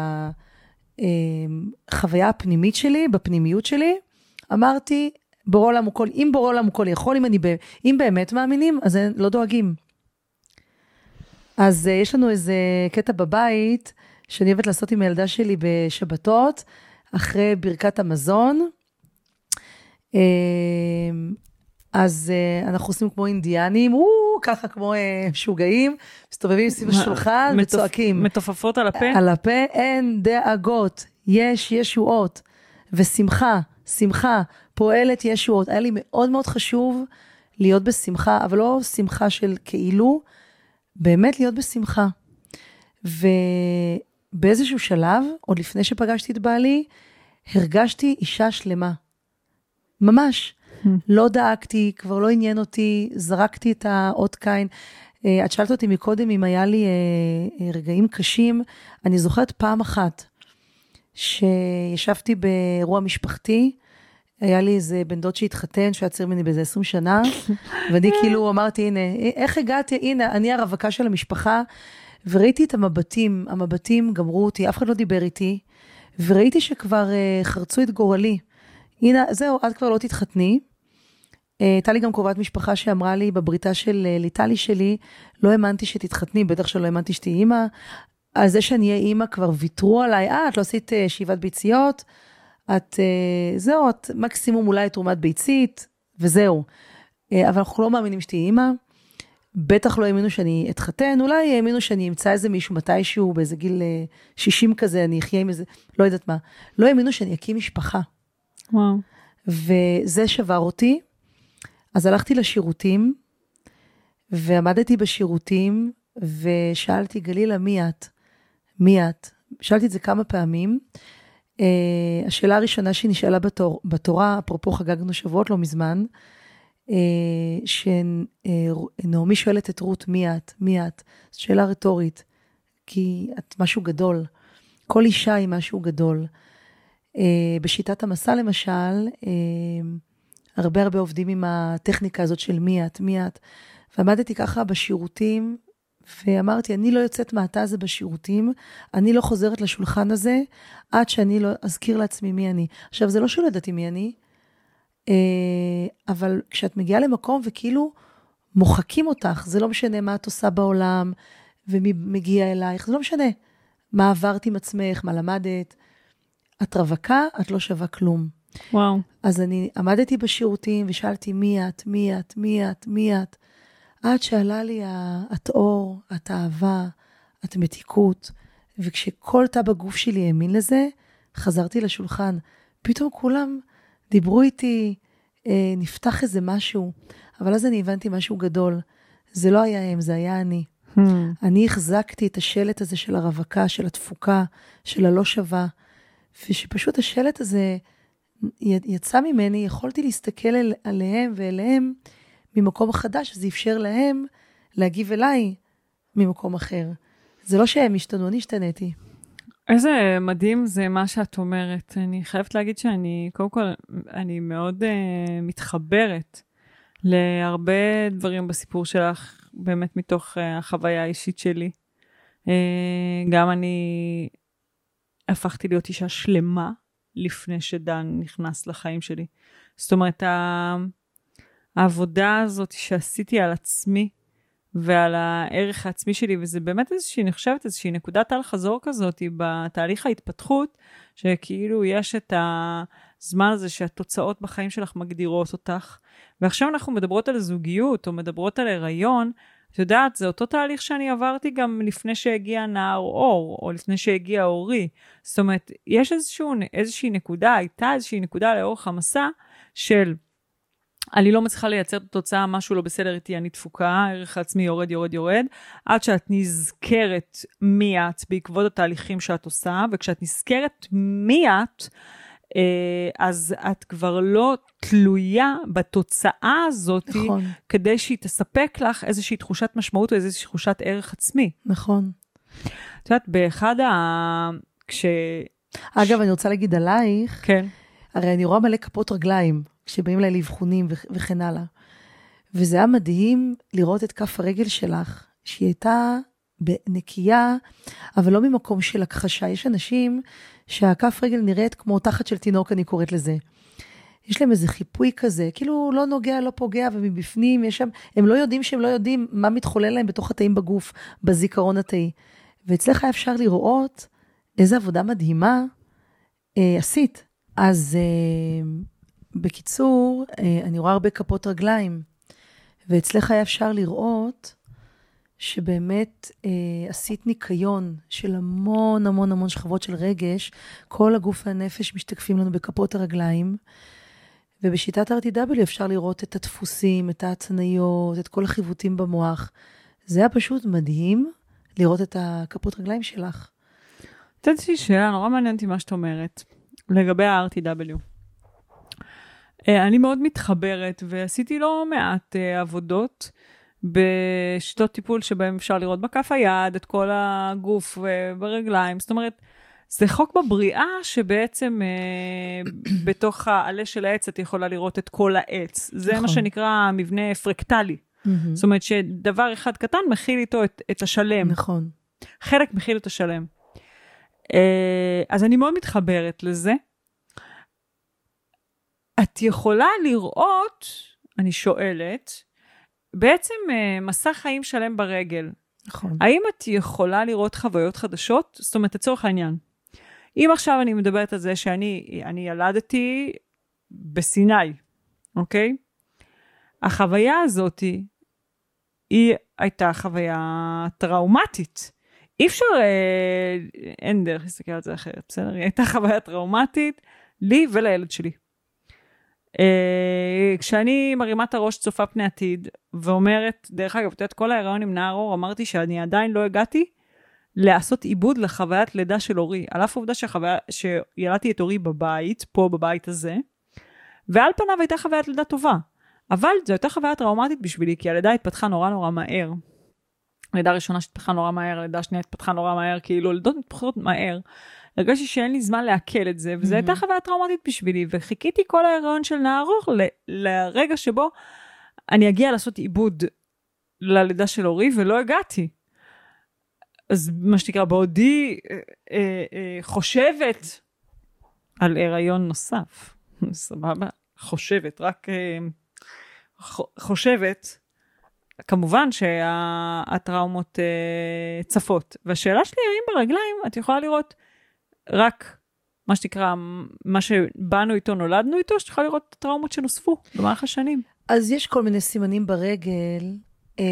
ובחוויה הפנימית שלי, בפנימיות שלי, אמרתי, בורא עולם הוא כל, אם בורא עולם הוא כל יכול, אם, אני, אם באמת מאמינים, אז לא דואגים. אז יש לנו איזה קטע בבית, שאני אוהבת לעשות עם הילדה שלי בשבתות, אחרי ברכת המזון, אז אנחנו עושים כמו אינדיאנים, ככה כמו שוגעים, מסתובבים סביב השולחן וצועקים. מתופפות על הפה? על הפה, אין דאגות, יש ישועות, ושמחה, שמחה, פועלת ישועות. היה לי מאוד מאוד חשוב להיות בשמחה, אבל לא שמחה של כאילו, באמת להיות בשמחה. ובאיזשהו שלב, עוד לפני שפגשתי את בעלי, הרגשתי אישה שלמה. ממש. לא דאגתי, כבר לא עניין אותי, זרקתי את האות קין. את שאלת אותי מקודם אם היה לי רגעים קשים. אני זוכרת פעם אחת שישבתי באירוע משפחתי, היה לי איזה בן דוד שהתחתן, שהיה צעיר ממני באיזה עשרים שנה, ואני כאילו אמרתי, הנה, איך הגעתי? הנה, אני הרווקה של המשפחה, וראיתי את המבטים, המבטים גמרו אותי, אף אחד לא דיבר איתי, וראיתי שכבר uh, חרצו את גורלי. הנה, זהו, את כבר לא תתחתני, uh, הייתה לי גם קרובת משפחה שאמרה לי, בבריתה של ליטלי שלי, לא האמנתי שתתחתני, בטח שלא האמנתי שתהי אימא, על זה שאני אהיה אימא כבר ויתרו עליי, אה, את לא עשית שאיבת ביציות, את, זהו, את מקסימום אולי תרומת ביצית, וזהו. אבל אנחנו לא מאמינים שתהי אימא, בטח לא האמינו שאני אתחתן, אולי האמינו שאני אמצא איזה מישהו מתישהו, באיזה גיל שישים כזה, אני אחיה עם איזה, לא יודעת מה. לא האמינו שאני אקים משפחה. וואו. וזה שבר אותי. אז הלכתי לשירותים, ועמדתי בשירותים, ושאלתי, גלילה, מי את? מי את? שאלתי את זה כמה פעמים. Uh, השאלה הראשונה שנשאלה בתור, בתורה, אפרופו חגגנו שבועות לא מזמן, uh, שנעמי שואלת את רות, מי את? מי את? זו שאלה רטורית, כי את משהו גדול. כל אישה היא משהו גדול. Uh, בשיטת המסע למשל, uh, הרבה הרבה עובדים עם הטכניקה הזאת של מי את, מי את. ועמדתי ככה בשירותים, ואמרתי, אני לא יוצאת מהתא הזה בשירותים, אני לא חוזרת לשולחן הזה, עד שאני לא אזכיר לעצמי מי אני. עכשיו, זה לא שלא ידעתי מי אני, אבל כשאת מגיעה למקום וכאילו מוחקים אותך, זה לא משנה מה את עושה בעולם, ומי מגיע אלייך, זה לא משנה מה עברת עם עצמך, מה למדת. את רווקה, את לא שווה כלום. וואו. אז אני עמדתי בשירותים ושאלתי מי את, מי את, מי את, מי את. עד שעלה לי את אור, את אהבה, את מתיקות, וכשכל תא בגוף שלי האמין לזה, חזרתי לשולחן. פתאום כולם דיברו איתי, אה, נפתח איזה משהו, אבל אז אני הבנתי משהו גדול. זה לא היה הם, זה היה אני. Hmm. אני החזקתי את השלט הזה של הרווקה, של התפוקה, של הלא שווה, ושפשוט השלט הזה יצא ממני, יכולתי להסתכל אל, עליהם ואליהם, ממקום חדש, זה אפשר להם להגיב אליי ממקום אחר. זה לא שהם השתנו, אני השתניתי. איזה מדהים זה מה שאת אומרת. אני חייבת להגיד שאני, קודם כל, אני מאוד uh, מתחברת להרבה דברים בסיפור שלך, באמת מתוך uh, החוויה האישית שלי. Uh, גם אני הפכתי להיות אישה שלמה לפני שדן נכנס לחיים שלי. זאת אומרת, ה... העבודה הזאת שעשיתי על עצמי, ועל הערך העצמי שלי, וזה באמת איזושהי, אני חושבת, איזושהי נקודת על חזור כזאת, בתהליך ההתפתחות, שכאילו יש את הזמן הזה, שהתוצאות בחיים שלך מגדירות אותך, ועכשיו אנחנו מדברות על זוגיות, או מדברות על הריון, את יודעת, זה אותו תהליך שאני עברתי גם לפני שהגיע נער אור, או לפני שהגיע אורי. זאת אומרת, יש איזשהו, איזושהי נקודה, הייתה איזושהי נקודה לאורך המסע, של אני לא מצליחה לייצר את התוצאה, משהו לא בסדר איתי, אני תפוקה, הערך העצמי יורד, יורד, יורד, עד שאת נזכרת מי את בעקבות התהליכים שאת עושה, וכשאת נזכרת מי את, אז את כבר לא תלויה בתוצאה הזאת, נכון. כדי שהיא תספק לך איזושהי תחושת משמעות, או איזושהי תחושת ערך עצמי. נכון. את יודעת, באחד ה... כש... אגב, אני רוצה להגיד עלייך, כן. הרי אני רואה מלא כפות רגליים, כשבאים אליי לבחונים וכן הלאה. וזה היה מדהים לראות את כף הרגל שלך, שהיא הייתה נקייה, אבל לא ממקום של הכחשה. יש אנשים שהכף רגל נראית כמו תחת של תינוק, אני קוראת לזה. יש להם איזה חיפוי כזה, כאילו לא נוגע, לא פוגע, ומבפנים יש שם, הם לא יודעים שהם לא יודעים מה מתחולל להם בתוך התאים בגוף, בזיכרון התאי. ואצלך היה אפשר לראות איזו עבודה מדהימה אה, עשית. אז אה, בקיצור, אה, אני רואה הרבה כפות רגליים, ואצלך היה אפשר לראות שבאמת אה, עשית ניקיון של המון המון המון שכבות של רגש, כל הגוף והנפש משתקפים לנו בכפות הרגליים, ובשיטת ה-אר טי דאבליו אפשר לראות את הדפוסים, את ההצניות, את כל החיווטים במוח. זה היה פשוט מדהים לראות את הכפות רגליים שלך. תדעתי שאלה, נורא מעניינתי מה שאת אומרת, לגבי ה-אר טי דאבליו. אני מאוד מתחברת, ועשיתי לא מעט עבודות, בשיטות טיפול שבהם אפשר לראות בכף היד, את כל הגוף ברגליים. זאת אומרת, זה חוק בבריאה שבעצם אה, בתוך העלה של העץ את יכולה לראות את כל העץ. זה נכון. מה שנקרא מבנה פרקטלי. Mm-hmm. זאת אומרת שדבר אחד קטן מכיל איתו את, את השלם. נכון. חלק מכיל את השלם. אה, אז אני מאוד מתחברת לזה. את יכולה לראות, אני שואלת, בעצם מסע חיים שלם ברגל. נכון. האם את יכולה לראות חוויות חדשות? זאת אומרת, לצורך העניין. אם עכשיו אני מדברת על זה שאני אני ילדתי בסיני, אוקיי? החוויה הזאת היא הייתה חוויה טראומטית. אי אפשר, אה, אין דרך להסתכל על זה אחרת, בסדר? היא הייתה חוויה טראומטית לי ולילד שלי. Uh, כשאני מרימה את הראש צופה פני עתיד, ואומרת, דרך אגב, את כל ההיריון עם נער אור, אמרתי שאני עדיין לא הגעתי לעשות עיבוד לחוויית לידה של אורי, על אף העובדה שהחוויה, שילדתי את אורי בבית, פה בבית הזה, ועל פניו הייתה חוויית לידה טובה, אבל זו הייתה חוויה טראומטית בשבילי, כי הלידה התפתחה נורא נורא מהר, לידה ראשונה שהתפתחה נורא מהר, לידה שנייה התפתחה נורא מהר, כאילו לידות מתפתחות מהר, הרגשתי שאין לי זמן להקל את זה, וזו הייתה חוויה טראומטית בשבילי, וחיכיתי כל ההיריון של נער אור ל- לרגע שבו אני אגיע לעשות עיבוד ללידה של אורי, ולא הגעתי. אז מה שנקרא, בעודי אה, אה, אה, חושבת על הריון נוסף. סבבה? חושבת, רק אה, חושבת. כמובן שהטראומות אה, צפות. והשאלה שלי, האם ברגליים את יכולה לראות רק מה שתקרא, מה שבאנו איתו, נולדנו איתו, שאת יכולה לראות את הטראומות שנוספו במהלך השנים. אז יש כל מיני סימנים ברגל, אה,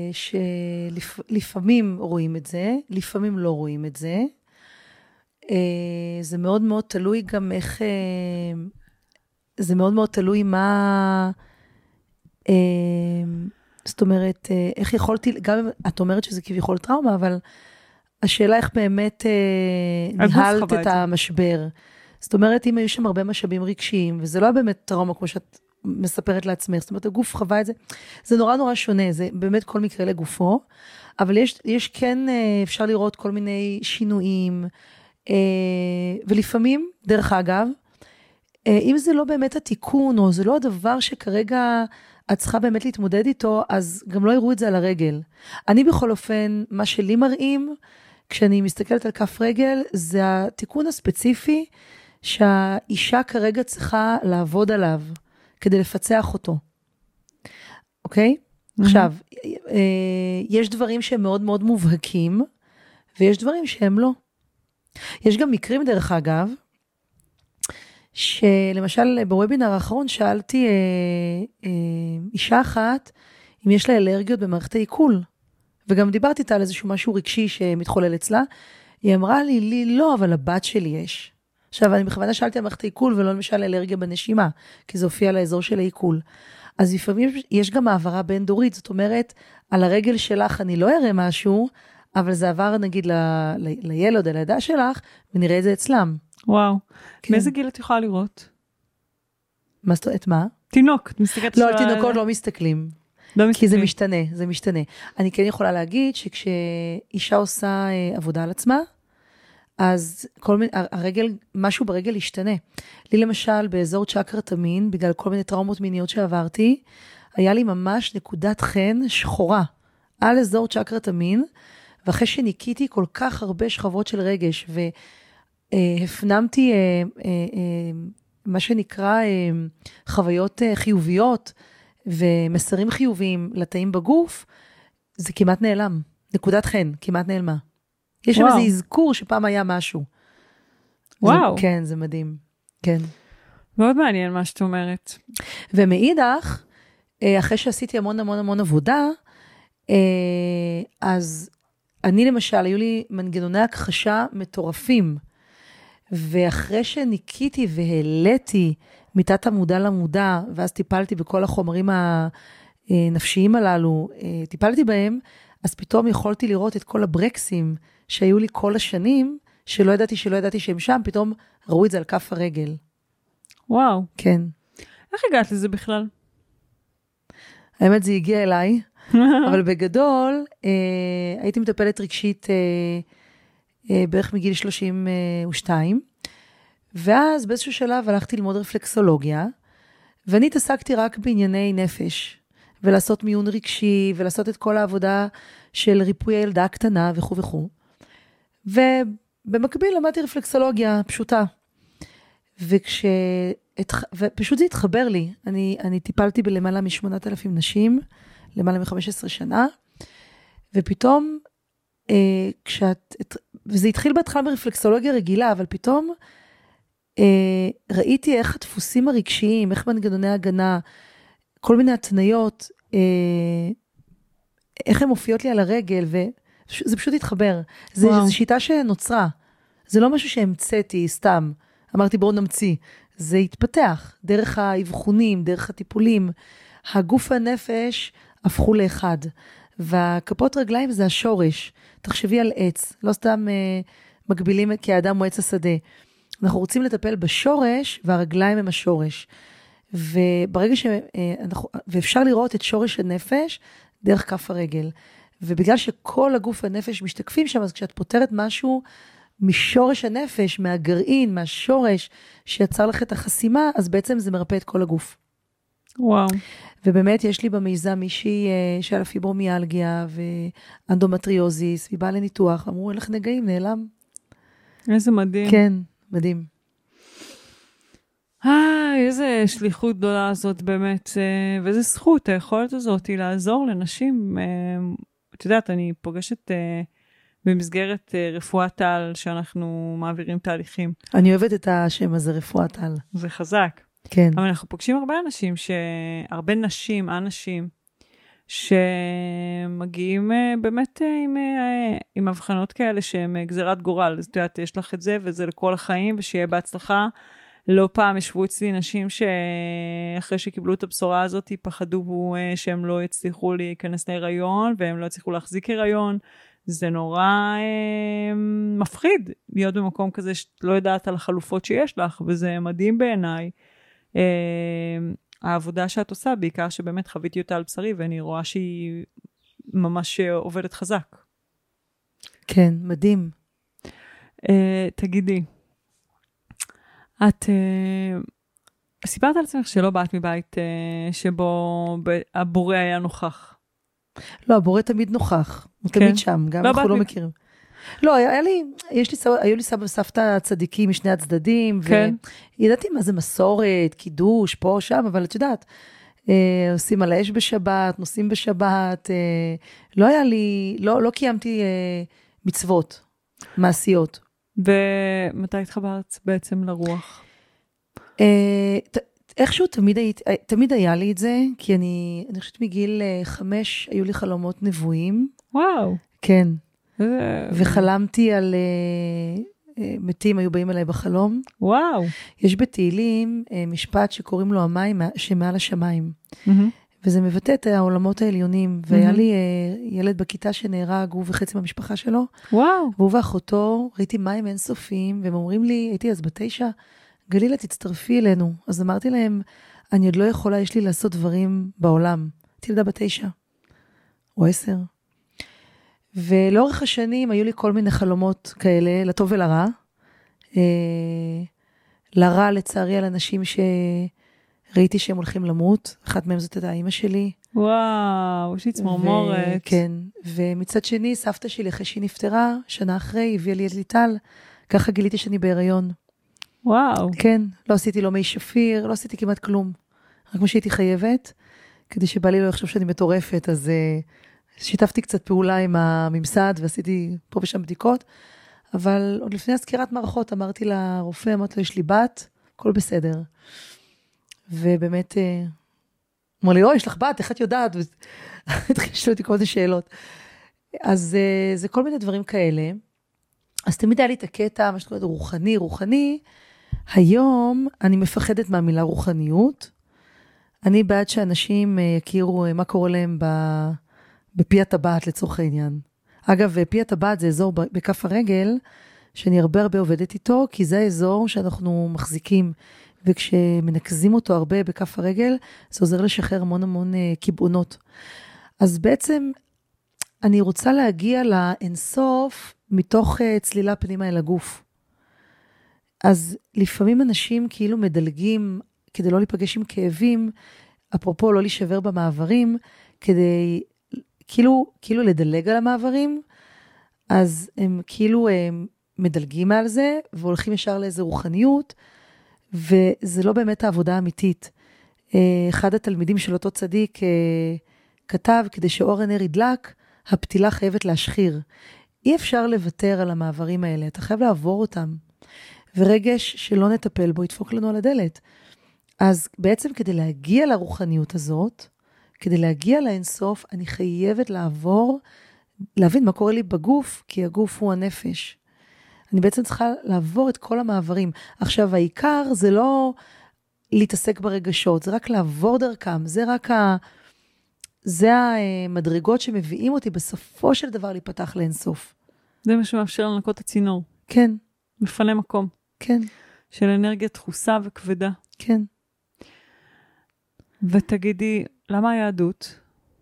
שלפעמים רואים את זה, לפעמים לא רואים את זה. אה, זה מאוד מאוד תלוי גם איך, אה, זה מאוד מאוד תלוי מה, אה, זאת אומרת, אה, איך יכולתי, גם אם את אומרת שזה כביכול טראומה, אבל השאלה איך באמת אה, ניהלת את המשבר. זאת אומרת, אם היו שם הרבה משאבים רגשיים, וזה לא היה באמת טראומה כמו שאת מספרת לעצמך, זאת אומרת, הגוף חווה את זה, זה נורא נורא שונה, זה באמת כל מקרה לגופו, אבל יש, יש כן, אה, אפשר לראות כל מיני שינויים, אה, ולפעמים, דרך אגב, אה, אם זה לא באמת התיקון, או זה לא הדבר שכרגע את צריכה באמת להתמודד איתו, אז גם לא יראו את זה על הרגל. אני בכל אופן, מה שלי מראים, כשאני מסתכלת על כף רגל, זה התיקון הספציפי שהאישה כרגע צריכה לעבוד עליו, כדי לפצח אותו. אוקיי? Mm-hmm. עכשיו, יש דברים שהם מאוד מאוד מובהקים, ויש דברים שהם לא. יש גם מקרים, דרך אגב, שלמשל בוובינר האחרון שאלתי אה, אה, אישה אחת, אם יש לה אלרגיות במערכת העיכול. וגם דיברתי איתה על איזשהו משהו רגשי שמתחולל אצלה. היא אמרה לי, לי לא, אבל לבת שלי יש. עכשיו, אני בכוונה שאלתי על מערכת העיכול, ולא למשל אלרגיה בנשימה, כי זה הופיע לאזור של העיכול. אז לפעמים יש גם העברה בין דורית, זאת אומרת, על הרגל שלך אני לא אראה משהו, אבל זה עבר נגיד ל, ל, לילד או לילדה שלך, ונראה את זה אצלם. וואו. כן. מאיזה גיל את יכולה לראות? מה זאת אומרת, מה? תינוק. לא, על תינוקות לא מסתכלים. לא מסתכלים. כי זה משתנה, זה משתנה. אני כן יכולה להגיד שכשאישה עושה עבודה על עצמה, אז כל מיני, הרגל, משהו ברגל ישתנה. לי למשל, באזור צ'קרת המין, בגלל כל מיני טראומות מיניות שעברתי, היה לי ממש נקודת חן שחורה על אזור צ'קרת המין, ואחרי שניקיתי כל כך הרבה שכבות של רגש, והפנמתי מה שנקרא חוויות חיוביות, ומסרים חיוביים לתאים בגוף, זה כמעט נעלם. נקודת חן, כמעט נעלמה. יש שם איזה אזכור שפעם היה משהו. וואו. זה, כן, זה מדהים. כן. מאוד מעניין מה שאת אומרת. ומאידך, אחרי שעשיתי המון המון המון עבודה, אז אני למשל, היו לי מנגנוני הכחשה מטורפים, ואחרי שניקיתי והעליתי מתת המודע למודע, ואז טיפלתי בכל החומרים הנפשיים הללו, טיפלתי בהם, אז פתאום יכולתי לראות את כל הברקסים שהיו לי כל השנים, שלא ידעתי שלא ידעתי שהם שם, פתאום ראו את זה על כף הרגל. וואו. כן. איך הגעת לזה בכלל? האמת זה הגיע אליי, אבל בגדול, אה, הייתי מטפלת רגשית אה, אה, בערך מגיל שלושים ושתיים, ואז באיזשהו שלב הלכתי ללמוד רפלקסולוגיה, ואני התעסקתי רק בענייני נפש, ולעשות מיון רגשי, ולעשות את כל העבודה של ריפוי הילדה הקטנה וכו' וכו'. ובמקביל למדתי רפלקסולוגיה פשוטה. וכש... ופשוט זה התחבר לי. אני, אני טיפלתי בלמעלה משמונת אלפים נשים, למעלה מ-חמש עשרה שנה, ופתאום, אה, כשאת... וזה התחיל בהתחלה ברפלקסולוגיה רגילה, אבל פתאום אה, ראיתי איך הדפוסים הרגשיים, איך מנגנוני הגנה, כל מיני התניות, אה, איך הן מופיעות לי על הרגל, וזה פשוט התחבר. זה, זה שיטה שנוצרה. זה לא משהו שהמצאתי סתם. אמרתי בואו נמציא. זה התפתח דרך האבחונים, דרך הטיפולים. הגוף והנפש הפכו לאחד. והכפות רגליים זה השורש. תחשבי על עץ. לא סתם אה, מגבילים כי האדם הוא עץ השדה. אנחנו רוצים לטפל בשורש, והרגליים הם השורש. וברגע ש... אנחנו, ואפשר לראות את שורש הנפש דרך כף הרגל. ובגלל שכל הגוף והנפש משתקפים שם, אז כשאת פותרת משהו משורש הנפש, מהגרעין, מהשורש שיצר לך את החסימה, אז בעצם זה מרפא את כל הגוף. וואו. ובאמת יש לי במיזם מישהי שהיה לה פיברומיאלגיה ואנדומטריוזיס, והיא באה לניתוח, אמרו, אין לך נגעים, נעלם. איזה מדהים. כן, מדהים. אה, איזה שליחות גדולה הזאת באמת, ואיזה זכות, היכולת הזאת היא לעזור לנשים. את יודעת, אני פוגשת במסגרת רפואת על שאנחנו מעבירים תהליכים. אני אוהבת את השם הזה, רפואת על. זה חזק. כן. אבל אנחנו פוגשים הרבה אנשים, ש... הרבה נשים, אנשים, שמגיעים באמת עם, עם הבחנות כאלה שהם גזירת גורל. אז את יודעת, יש לך את זה וזה לכל החיים, ושיהיה בהצלחה. לא פעם ישבו אצלי נשים שאחרי שקיבלו את הבשורה הזאת, פחדו שהם לא יצליחו להיכנס להיריון, והם לא יצליחו להחזיק הריון. זה נורא אה, מפחיד להיות במקום כזה שאת לא יודעת על החלופות שיש לך, וזה מדהים בעיניי. אה, העבודה שאת עושה, בעיקר שבאמת חוויתי אותה על בשרי, ואני רואה שהיא ממש עובדת חזק. כן, מדהים. אה, תגידי, את אה, סיפרת על עצמך שלא באת מבית אה, שבו הבורא היה נוכח. לא, הבורא תמיד נוכח. הוא כן. תמיד שם, גם לא אנחנו לא מ... מכירים. לא, היה לי, יש לי, היו לי סבא וסבתא צדיקים משני הצדדים, כן. וידעתי מה זה מסורת, קידוש, פה, שם, אבל את יודעת, אה, עושים על האש בשבת, נוסעים בשבת, אה, לא היה לי, לא, לא קיימתי אה, מצוות מעשיות. ומתי התחברת בעצם לרוח? אה, ת, איכשהו תמיד, תמיד היה לי את זה, כי אני, אני חושבת מגיל חמש, היו לי חלומות נבואים. וואו. כן. וחלמתי על מתים, היו באים אליי בחלום. וואו. יש בתהילים משפט שקוראים לו המים שמעל השמיים. וזה מבטא את העולמות העליונים. והיה לי ילד בכיתה שנהרג, הוא וחצי מהמשפחה שלו. וואו. והוא ואחותו, ראיתי מים אינסופיים, והם אומרים לי, הייתי אז בתשע, גלילה, תצטרפי אלינו. אז אמרתי להם, אני עוד לא יכולה, יש לי לעשות דברים בעולם. הייתי ילדה בתשע, או עשר. ולאורך השנים היו לי כל מיני חלומות כאלה, לטוב ולרע. אה, לרע לצערי על אנשים שראיתי שהם הולכים למות. אחת מהם זאת הייתה האמא שלי. וואו, יש לי צמרמורת. ו- כן, ומצד שני, סבתא שלי אחרי שהיא נפטרה, שנה אחרי, הביאה לי את ליטל, ככה גיליתי שאני בהיריון. וואו. כן, לא עשיתי לו מי שפיר, לא עשיתי כמעט כלום. רק מה שהייתי חייבת, כדי שבא לי לא יחשוב שאני מטורפת, אז uh, שיתפתי קצת פעולה עם הממסד, ועשיתי פה ושם בדיקות, אבל עוד לפני הסקירת מערכות, אמרתי לרופא, אמרתי לו, יש לי בת, הכל בסדר. ובאמת, uh, אמר לי, אוי, יש לך בת, איך את יודעת? והתחיל לשאול אותי כל מיני שאלות. אז uh, זה כל מיני דברים כאלה. אז תמיד היה לי את הקטע, מה שקוראים רוחני, רוחני. היום אני מפחדת מהמילה רוחניות. אני בעד שאנשים יכירו מה קורה להם בפי הטבעת לצורך העניין. אגב, פי הטבעת זה אזור בכף הרגל, שאני הרבה הרבה עובדת איתו, כי זה האזור שאנחנו מחזיקים, וכשמנקזים אותו הרבה בכף הרגל, זה עוזר לשחרר המון המון קיבעונות. אז בעצם אני רוצה להגיע לאינסוף, מתוך uh, צלילה פנימה אל הגוף. אז לפעמים אנשים כאילו מדלגים, כדי לא להיפגש עם כאבים, אפרופו לא להישבר במעברים, כדי כאילו, כאילו לדלג על המעברים, אז הם כאילו הם מדלגים על זה, והולכים ישר לאיזו רוחניות, וזה לא באמת העבודה האמיתית. אחד התלמידים של אותו צדיק כתב, כדי שאור הנר ידלק, הפתילה חייבת להשחיר. אי אפשר לוותר על המעברים האלה, אתה חייב לעבור אותם. ורגש שלא נטפל בו ידפוק לנו על הדלת. אז בעצם כדי להגיע לרוחניות הזאת, כדי להגיע לאינסוף, אני חייבת לעבור, להבין מה קורה לי בגוף, כי הגוף הוא הנפש. אני בעצם צריכה לעבור את כל המעברים. עכשיו, העיקר זה לא להתעסק ברגשות, זה רק לעבור דרכם, זה רק ה... זה המדרגות שמביאים אותי בסופו של דבר להיפתח לאינסוף. זה מה שמאפשר לנקות את הצינור. כן. מפנה מקום. כן. של אנרגיה דחוסה וכבדה. כן. ותגידי, למה היהדות?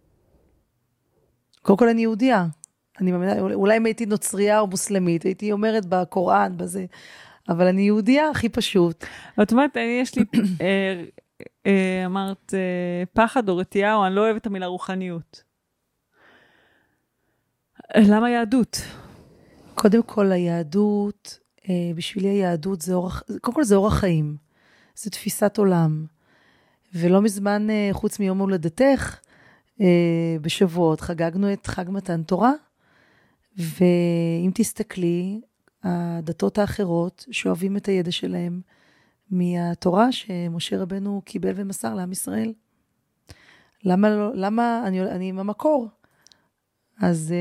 קודם כל אני יהודיה. אני מאמינה, אולי אם הייתי נוצריה או מוסלמית, הייתי אומרת בקוראן, בזה. אבל אני יהודיה הכי פשוט. זאת אומרת, יש לי, אה, אה, אמרת, אה, פחד או רתיעה, או אני לא אוהבת את המילה רוחניות. למה יהדות? קודם כל היהדות, אה, בשבילי היהדות זה אורח, קודם כל זה אורח חיים. זה תפיסת עולם. ולא מזמן, חוץ מיום הולדתך, בשבועות חגגנו את חג מתן תורה, ואם תסתכלי, הדתות האחרות שואבים את הידע שלהם מהתורה שמשה רבנו קיבל ומסר לעם ישראל. למה, לא, למה אני, אני עם המקור? אז...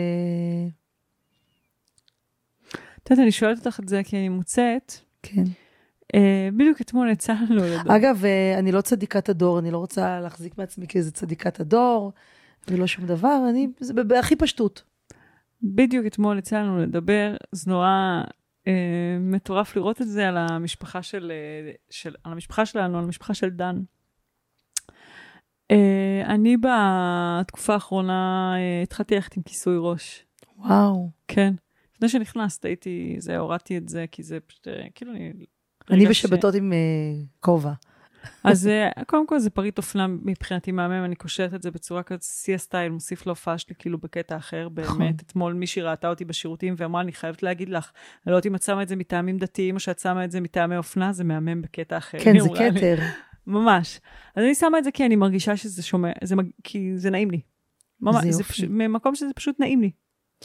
את יודעת, אני שואלת אותך את זה כי אני מוצאת. כן. Uh, בדיוק אתמול יצא לנו לדבר. אגב, אני לא צדיקת הדור, אני לא רוצה להחזיק מעצמי כאיזה צדיקת הדור, ולא שום דבר, אני, זה בהכי פשטות. בדיוק אתמול יצא לנו לדבר, זה נורא uh, מטורף לראות את זה על המשפחה של, uh, של, על המשפחה שלנו, על המשפחה של דן. Uh, אני בתקופה האחרונה uh, התחלתי ללכת עם כיסוי ראש. וואו. כן. לפני שנכנסת הייתי, זה, הורדתי את זה, כי זה פשוט, uh, כאילו אני... אני בשבתות עם כובע. אז קודם כל זה פריט אופנה מבחינתי מהמם, אני קושרת את זה בצורה כזאת, סי הסטייל, מוסיף להופעה שלי כאילו בקטע אחר, באמת. אתמול מישהי ראתה אותי בשירותים ואמרה, אני חייבת להגיד לך, אני לא יודעת אם את שמה את זה מטעמים דתיים, או שאת שמה את זה מטעמי אופנה, זה מהמם בקטע אחר. כן, זה כתר. ממש. אז אני שמה את זה כי אני מרגישה שזה שומע, כי זה נעים לי. ממש, זה ממקום שזה פשוט נעים לי.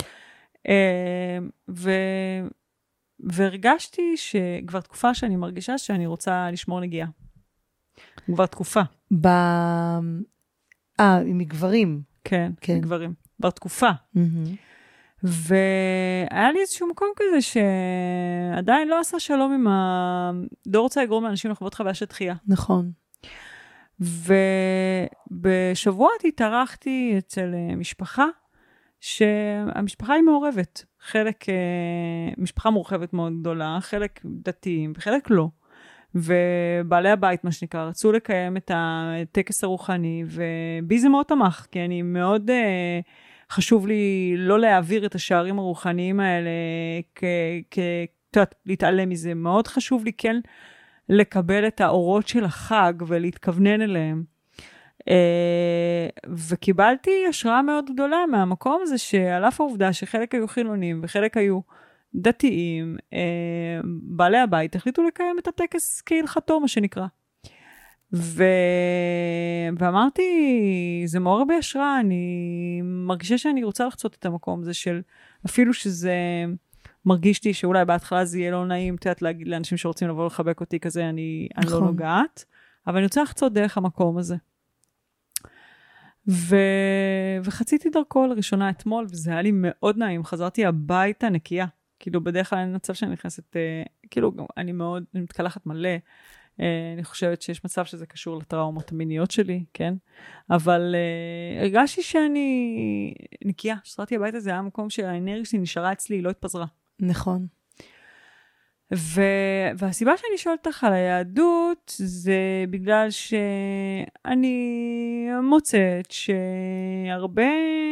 ו... והרגשתי שכבר תקופה שאני מרגישה שאני רוצה לשמור נגיעה. כבר תקופה. ב... אה, מגברים. כן, כן. מגברים. כבר תקופה. Mm-hmm. והיה לי איזשהו מקום כזה שעדיין לא עשה שלום עם ה... לא רוצה לגרום לאנשים לחוות חוויה של דחייה. נכון. ובשבועות התארחתי אצל משפחה, שהמשפחה היא מעורבת. חלק, משפחה מורחבת מאוד גדולה, חלק דתיים וחלק לא. ובעלי הבית, מה שנקרא, רצו לקיים את הטקס הרוחני, ובי זה מאוד תמך, כי אני מאוד חשוב לי לא להעביר את השערים הרוחניים האלה, להתעלם מזה. מאוד חשוב לי כן לקבל את האורות של החג ולהתכוונן אליהם. Uh, וקיבלתי השראה מאוד גדולה מהמקום הזה, שעל אף העובדה שחלק היו חילונים וחלק היו דתיים, uh, בעלי הבית החליטו לקיים את הטקס כהלכתו, מה שנקרא. ו... ואמרתי, זה מעורר בי השראה, אני מרגישה שאני רוצה לחצות את המקום הזה של, אפילו שזה מרגיש לי שאולי בהתחלה זה יהיה לא נעים, תיאת להגיד לאנשים שרוצים לבוא לחבק אותי כזה, אני, אני לא נוגעת, אבל אני רוצה לחצות דרך המקום הזה. ו... וחציתי דרכו לראשונה אתמול, וזה היה לי מאוד נעים, חזרתי הביתה נקייה, כאילו בדרך כלל אני מצב שאני נכנסת, כאילו אני מאוד, אני מתקלחת מלא, אני חושבת שיש מצב שזה קשור לטראומות המיניות שלי, כן? אבל הרגשתי שאני נקייה, שחזרתי הביתה, זה היה מקום שהאנרגיה שלי נשארה אצלי, היא לא התפזרה. נכון. ו... והסיבה שאני שואלת לך על היהדות, זה בגלל שאני מוצאת שהרבה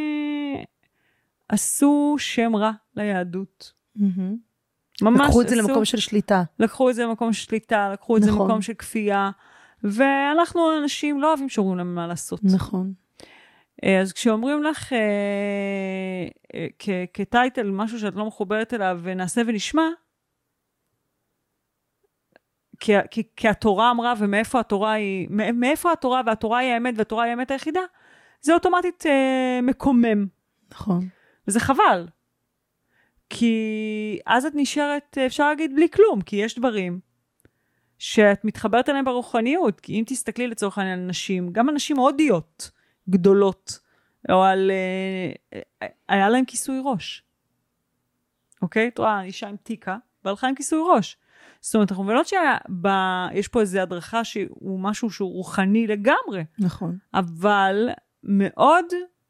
עשו שם רע ליהדות. Mm-hmm. ממש לקחו את זה עשו... למקום של שליטה. לקחו את זה למקום של שליטה, לקחו את נכון. זה למקום של כפייה, ואנחנו אנשים לא אוהבים שאומרים להם מה לעשות. נכון. אז כשאומרים לך כ... כטייטל, משהו שאת לא מחוברת אליו, ונעשה ונשמע, כי, כי, כי התורה אמרה, ומאיפה התורה היא, מאיפה התורה, והתורה היא האמת, והתורה היא האמת היחידה, זה אוטומטית אה, מקומם. נכון. וזה חבל. כי אז את נשארת, אפשר להגיד, בלי כלום, כי יש דברים שאת מתחברת אליהם ברוחניות, כי אם תסתכלי לצורך העניין על נשים, גם אנשים הודיות גדולות, או על, אה, היה להם כיסוי ראש. אוקיי? את רואה, אישה עם תיקה, והלכה עם כיסוי ראש. זאת אומרת, אנחנו מבינות שיש פה איזו הדרכה שהוא משהו שהוא רוחני לגמרי. נכון. אבל מאוד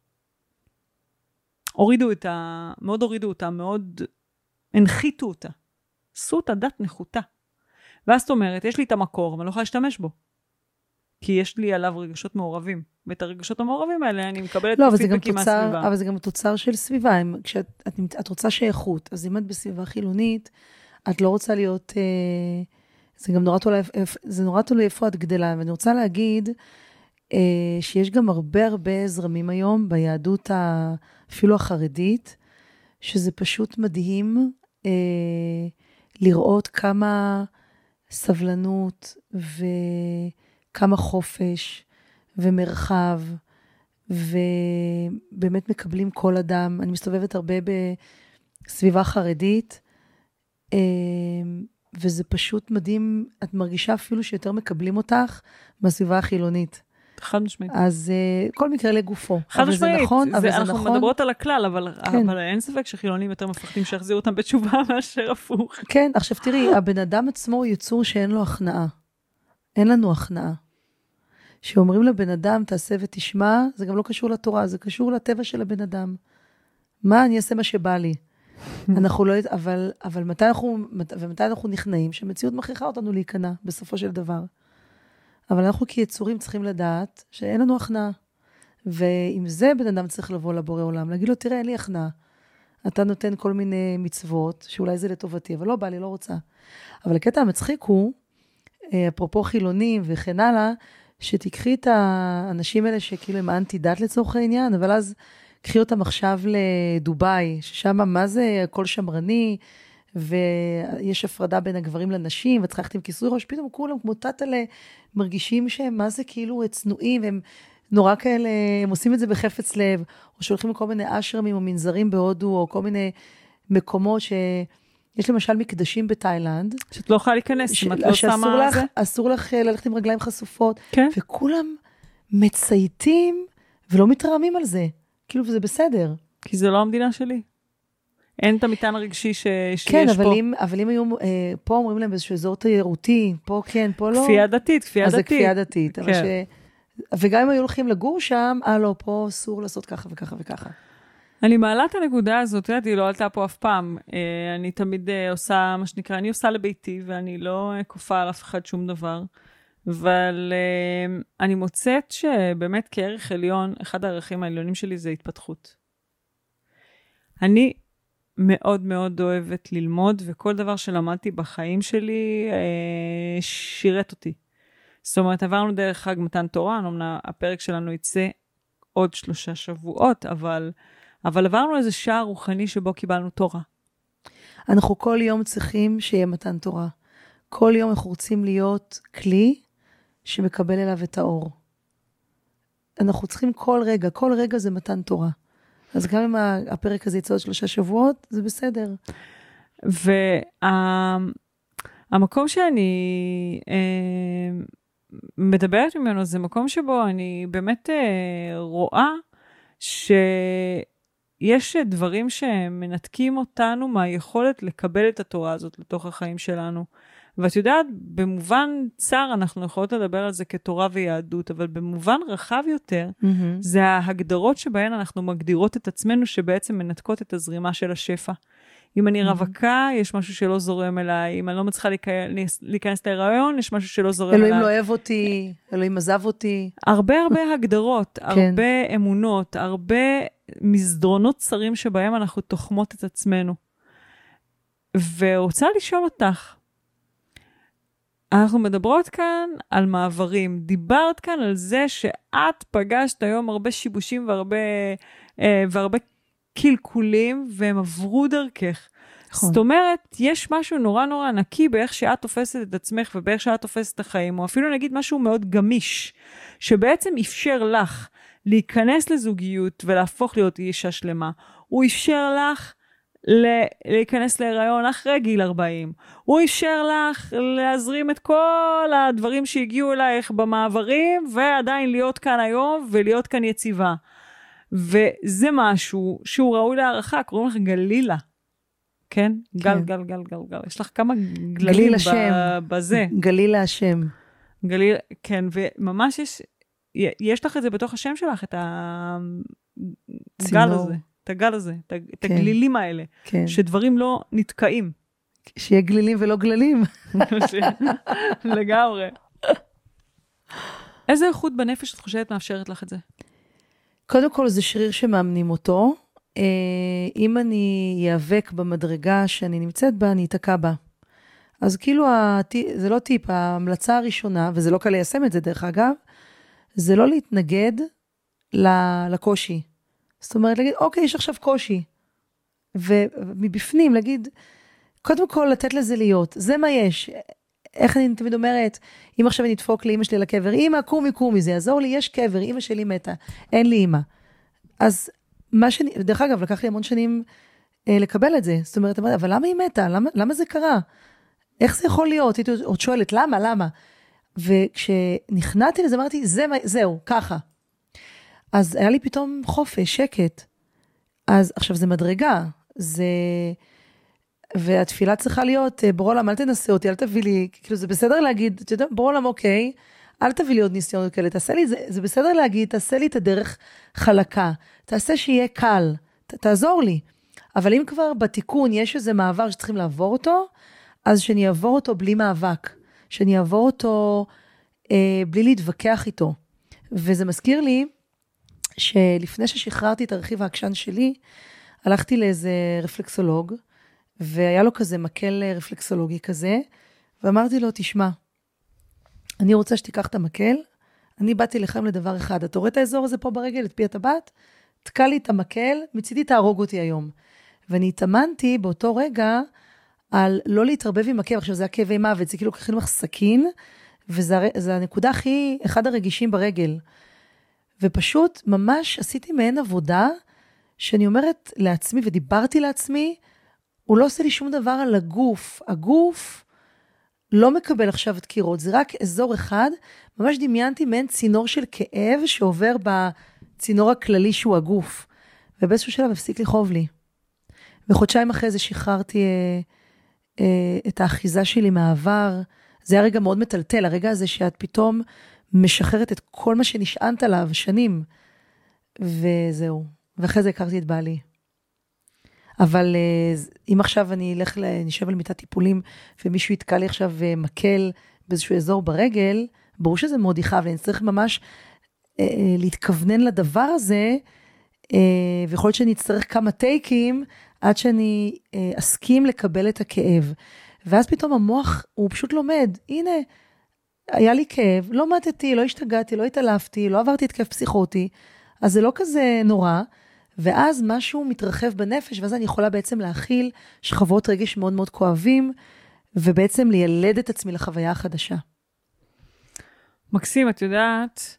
הורידו את ה... מאוד הורידו אותה, מאוד הנחיתו אותה. עשו אותה דת נחותה. ואז זאת אומרת, יש לי את המקור, אבל אני לא יכולה להשתמש בו. כי יש לי עליו רגשות מעורבים. ואת הרגשות המעורבים האלה אני מקבלת לא, פידבקים מהסביבה. אבל זה גם תוצר של סביבה. כשאת את, את רוצה שייכות, אז אם את בסביבה חילונית, את לא רוצה להיות... אה, זה גם נורא תלוי, זה נורא תלוי איפה את גדלה. ואני רוצה להגיד אה, שיש גם הרבה הרבה זרמים היום ביהדות ה, אפילו החרדית, שזה פשוט מדהים אה, לראות כמה סבלנות וכמה חופש ומרחב, ובאמת מקבלים כל אדם. אני מסתובבת הרבה בסביבה חרדית, וזה פשוט מדהים, את מרגישה אפילו שיותר מקבלים אותך בסביבה החילונית. חד משמעית. אז כל מקרה לגופו. חד משמעית. נכון, זה, אבל זה אנחנו נכון. מדברות על הכלל, אבל, כן. אבל אין ספק שחילונים יותר מפחדים שיחזירו אותם בתשובה מאשר הפוך. כן, עכשיו תראי, הבן אדם עצמו הוא יצור שאין לו הכנעה. אין לנו הכנעה. שאומרים לבן אדם, תעשה ותשמע, זה גם לא קשור לתורה, זה קשור לטבע של הבן אדם. מה, אני אעשה מה שבא לי. אנחנו לא, אבל, אבל מתי אנחנו, ומתי אנחנו נכנעים, שהמציאות מכריחה אותנו להיכנע, בסופו של דבר. אבל אנחנו כיצורים צריכים לדעת שאין לנו הכנעה. ועם זה בן אדם צריך לבוא לבורא עולם, להגיד לו, תראה, אין לי הכנעה. אתה נותן כל מיני מצוות, שאולי זה לטובתי, אבל לא בא לי, לא רוצה. אבל הקטע המצחיק הוא, אפרופו חילונים וכן הלאה, שתקחי את האנשים האלה שכאילו הם אנטי דת לצורך העניין, אבל אז קחי אותם עכשיו לדובאי, ששם מה זה הכל שמרני, ויש הפרדה בין הגברים לנשים, וצריך ללכת עם כיסוי ראש, פתאום כולם כמו טאטלה מרגישים שהם מה זה כאילו צנועים, והם נורא כאלה, הם עושים את זה בחפץ לב, או שהולכים לכל מיני אשרמים או מנזרים בהודו, או כל מיני מקומות ש... יש למשל מקדשים בתאילנד. שאת לא יכולה להיכנס, אם את לא שמה לך, זה. אסור לך ללכת עם רגליים חשופות. כן. וכולם מצייתים ולא מתרעמים על זה. כאילו, וזה בסדר. כי זה לא המדינה שלי. אין את המטען הרגשי ש... שיש כן, אבל פה. אם, אבל אם היו, אה, פה אומרים להם באיזשהו אזור תיירותי, פה כן, פה לא. כפייה דתית, כפייה דתית. אז דתית. זה כפייה דתית. אבל כן. ש... וגם אם היו הולכים לגור שם, אה לא, פה אסור לעשות ככה וככה וככה. אני מעלה את הנקודה הזאת, היא לא עלתה פה אף פעם. אני תמיד עושה, מה שנקרא, אני עושה לביתי, ואני לא כופה על אף אחד שום דבר. אבל אני מוצאת שבאמת כערך עליון, אחד הערכים העליונים שלי זה התפתחות. אני מאוד מאוד אוהבת ללמוד, וכל דבר שלמדתי בחיים שלי שירת אותי. זאת אומרת, עברנו דרך חג מתן תורה, אמנם הפרק שלנו יצא עוד שלושה שבועות, אבל... אבל עברנו איזה שער רוחני שבו קיבלנו תורה. אנחנו כל יום צריכים שיהיה מתן תורה. כל יום אנחנו רוצים להיות כלי שמקבל אליו את האור. אנחנו צריכים כל רגע, כל רגע זה מתן תורה. אז גם אם הפרק הזה יצא עוד שלושה שבועות, זה בסדר. והמקום שאני מדברת ממנו, זה מקום שבו אני באמת רואה ש... יש דברים שמנתקים אותנו מהיכולת לקבל את התורה הזאת לתוך החיים שלנו. ואת יודעת, במובן צר אנחנו יכולות לדבר על זה כתורה ויהדות, אבל במובן רחב יותר, mm-hmm. זה ההגדרות שבהן אנחנו מגדירות את עצמנו, שבעצם מנתקות את הזרימה של השפע. אם אני mm-hmm. רווקה, יש משהו שלא זורם אליי. אם אני לא מצליחה להיכנס, להיכנס להיריון, יש משהו שלא זורם אלוהים אליי. אלוהים לא אוהב אותי, אלוהים עזב אותי. הרבה הרבה הגדרות, הרבה אמונות, הרבה מסדרונות צרים שבהם אנחנו תוחמות את עצמנו. ורוצה לשאול אותך, אנחנו מדברות כאן על מעברים. דיברת כאן על זה שאת פגשת היום הרבה שיבושים והרבה, והרבה קלקולים, והם עברו דרכך. נכון. זאת אומרת, יש משהו נורא נורא נקי באיך שאת תופסת את עצמך ובאיך שאת תופסת את החיים, או אפילו נגיד משהו מאוד גמיש, שבעצם אפשר לך להיכנס לזוגיות ולהפוך להיות אישה שלמה. הוא אפשר לך להיכנס להיריון אחרי גיל ארבעים. הוא אפשר לך להזרים את כל הדברים שהגיעו אלייך במעברים, ועדיין להיות כאן היום ולהיות כאן יציבה. וזה משהו שהוא ראוי להערכה, קוראים לך גלילה. כן? גל, גל, גל, גל, גל. יש לך כמה גללים בזה. גלילה השם. גליל, כן, וממש יש, יש לך את זה בתוך השם שלך, את הגל הזה. את הגל הזה, את הגלילים האלה, שדברים לא נתקעים. שיהיה גלילים ולא גללים. לגמרי. איזה איכות בנפש את חושבת מאפשרת לך את זה? קודם כל זה שריר שמאמנים אותו. אם אני איאבק במדרגה שאני נמצאת בה, אני אתקע בה. אז כאילו, זה לא טיפ, ההמלצה הראשונה, וזה לא קל ליישם את זה דרך אגב, זה לא להתנגד לקושי. זאת אומרת, להגיד, אוקיי, יש עכשיו קושי. ומבפנים, להגיד, קודם כל, לתת לזה להיות. זה מה יש. איך אני תמיד אומרת, אם עכשיו אני אדפוק לאמא שלי לקבר, אמא, קומי, קומי, זה יעזור לי, יש קבר, אמא שלי מתה, אין לי אמא. אז מה שאני, דרך אגב, לקח לי המון שנים אה, לקבל את זה. זאת אומרת, אבל למה היא מתה? למה, למה זה קרה? איך זה יכול להיות? הייתי עוד שואלת, למה, למה? וכשנכנעתי לזה, אמרתי, זה, זהו, ככה. אז היה לי פתאום חופש, שקט. אז עכשיו זה מדרגה, זה... והתפילה צריכה להיות, בורא עולם, אל תנסה אותי, אל תביא לי, כאילו זה בסדר להגיד, אתה יודע, בורא עולם, אוקיי, אל תביא לי עוד ניסיונות כאלה, תעשה לי, זה, זה בסדר להגיד, תעשה לי את הדרך חלקה, תעשה שיהיה קל, ת, תעזור לי. אבל אם כבר בתיקון יש איזה מעבר שצריכים לעבור אותו, אז שאני אעבור אותו בלי מאבק, שאני אעבור אותו אה, בלי להתווכח איתו. וזה מזכיר לי, שלפני ששחררתי את הרכיב העקשן שלי, הלכתי לאיזה רפלקסולוג, והיה לו כזה מקל רפלקסולוגי כזה, ואמרתי לו, תשמע, אני רוצה שתיקח את המקל, אני באתי לכם לדבר אחד, אתה רואה את האזור הזה פה ברגל, את פי הטבעת? תקע לי את המקל, מצידי תהרוג אותי היום. ואני התאמנתי באותו רגע, על לא להתערבב עם הכאב, עכשיו זה הכאבי מוות, זה כאילו ככה לך סכין, וזה הנקודה הכי, אחד הרגישים ברגל. ופשוט ממש עשיתי מעין עבודה, שאני אומרת לעצמי, ודיברתי לעצמי, הוא לא עושה לי שום דבר על הגוף. הגוף לא מקבל עכשיו דקירות, זה רק אזור אחד, ממש דמיינתי מעין צינור של כאב, שעובר בצינור הכללי שהוא הגוף. ובאיזשהו שלב הפסיק לכאוב לי. וחודשיים אחרי זה שחררתי אה, אה, את האחיזה שלי מהעבר. זה היה רגע מאוד מטלטל, הרגע הזה שאת פתאום משחררת את כל מה שנשענת עליו שנים. וזהו. ואחרי זה הכרתי את בעלי. אבל אם עכשיו אני אלך, נשב על מיטת טיפולים, ומישהו יתקע לי עכשיו מקל באיזשהו אזור ברגל, ברור שזה מאוד יכאב, ואני צריך ממש אה, להתכוונן לדבר הזה, אה, ויכול להיות שאני אצטרך כמה טייקים, עד שאני אה, אסכים לקבל את הכאב. ואז פתאום המוח הוא פשוט לומד, הנה, היה לי כאב, לא מתתי, לא השתגעתי, לא התעלפתי, לא עברתי התקף פסיכוטי, אז זה לא כזה נורא, ואז משהו מתרחב בנפש, ואז אני יכולה בעצם להכיל שכבות רגש מאוד מאוד כואבים, ובעצם לילד את עצמי לחוויה החדשה. מקסים, את יודעת,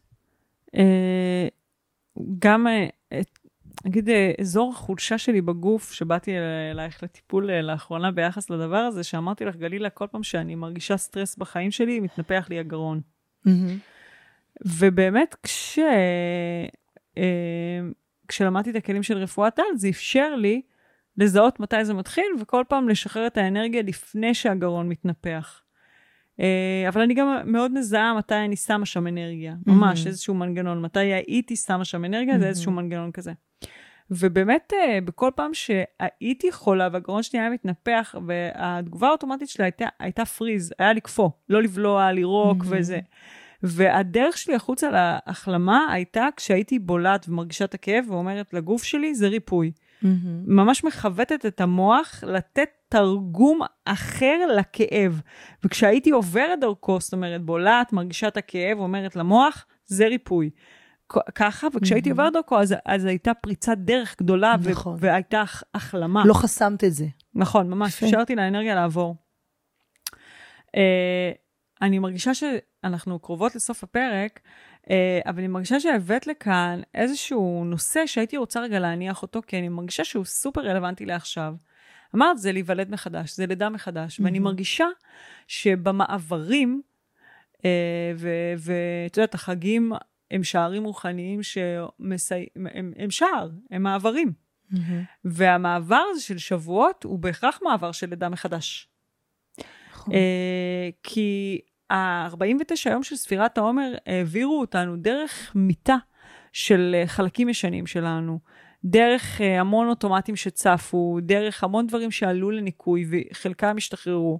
גם, נגיד, אזור החולשה שלי בגוף, שבאתי אלייך לטיפול לאחרונה ביחס לדבר הזה, שאמרתי לך, גלילה, כל פעם שאני מרגישה סטרס בחיים שלי, מתנפח לי הגרון. ובאמת, כש... כשלמדתי את הכלים של רפואת על, זה אפשר לי לזהות מתי זה מתחיל, וכל פעם לשחרר את האנרגיה לפני שהגרון מתנפח. אבל אני גם מאוד מזהה מתי אני שמה שם אנרגיה. ממש, איזשהו מנגנון. מתי הייתי שמה שם אנרגיה, זה איזשהו מנגנון כזה. ובאמת, בכל פעם שהייתי חולה, והגרון שלי היה מתנפח, והתגובה האוטומטית שלה הייתה, הייתה פריז, היה לקפוא, לא לבלוע, לירוק וזה. והדרך שלי החוצה להחלמה הייתה כשהייתי בולעת ומרגישה את הכאב ואומרת לגוף שלי זה ריפוי. Mm-hmm. ממש מחוותת את המוח לתת תרגום אחר לכאב. וכשהייתי עוברת דרכו, זאת אומרת בולעת, מרגישה את הכאב ואומרת למוח זה ריפוי. ככה, וכשהייתי עוברת דרכו, אז, אז הייתה פריצת דרך גדולה, נכון. ו- והייתה החלמה. לא חסמת את זה. נכון, ממש, אפשרתי לאנרגיה לעבור. Uh, אני מרגישה שאנחנו קרובות לסוף הפרק, uh, אבל אני מרגישה שהבאת לכאן איזשהו נושא שהייתי רוצה רגע להניח אותו, כי אני מרגישה שהוא סופר רלוונטי לעכשיו. אמרת, זה להיוולד מחדש, זה לידה מחדש, ואני מרגישה שבמעברים, ואתה יודעת, החגים הם שערים רוחניים שהם שער, הם מעברים. והמעבר הזה של שבועות הוא בהכרח מעבר של לידה מחדש. כי ה-ארבעים ותשע יום של ספירת העומר העבירו אותנו דרך מיטה של חלקים ישנים שלנו, דרך המון אוטומטים שצפו, דרך המון דברים שעלו לניקוי, וחלקם השתחררו.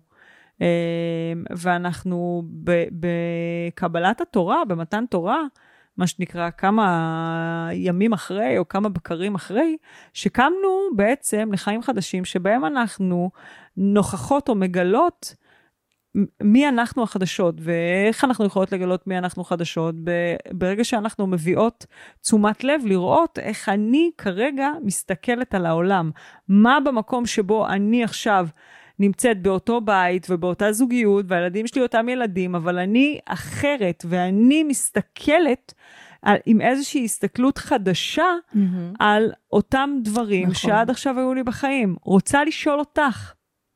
ואנחנו בקבלת התורה, במתן תורה, מה שנקרא כמה ימים אחרי, או כמה בקרים אחרי, שקמנו בעצם לחיים חדשים, שבהם אנחנו נוכחות או מגלות, מי אנחנו החדשות, ואיך אנחנו יכולות לגלות מי אנחנו חדשות, ברגע שאנחנו מביאות תשומת לב, לראות איך אני כרגע מסתכלת על העולם, מה במקום שבו אני עכשיו נמצאת באותו בית, ובאותה זוגיות, והילדים שלי אותם ילדים, אבל אני אחרת, ואני מסתכלת על, עם איזושהי הסתכלות חדשה, mm-hmm. על אותם דברים, נכון. שעד עכשיו היו לי בחיים. רוצה לשאול אותך,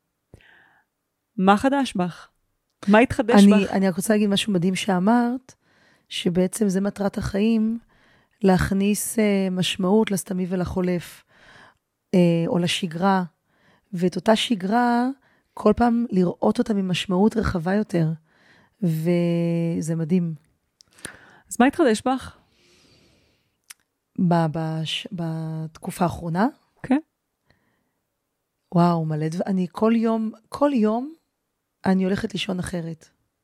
מה חדש בך? מה התחדש אני, בך? אני רק רוצה להגיד משהו מדהים שאמרת, שבעצם זה מטרת החיים, להכניס uh, משמעות לסתמי ולחולף, uh, או לשגרה, ואת אותה שגרה, כל פעם לראות אותה ממשמעות רחבה יותר, וזה מדהים. אז מה התחדש בך? בש... בתקופה האחרונה? כן. Okay. וואו, מלא דבר. אני כל יום, כל יום, אני הולכת לישון אחרת.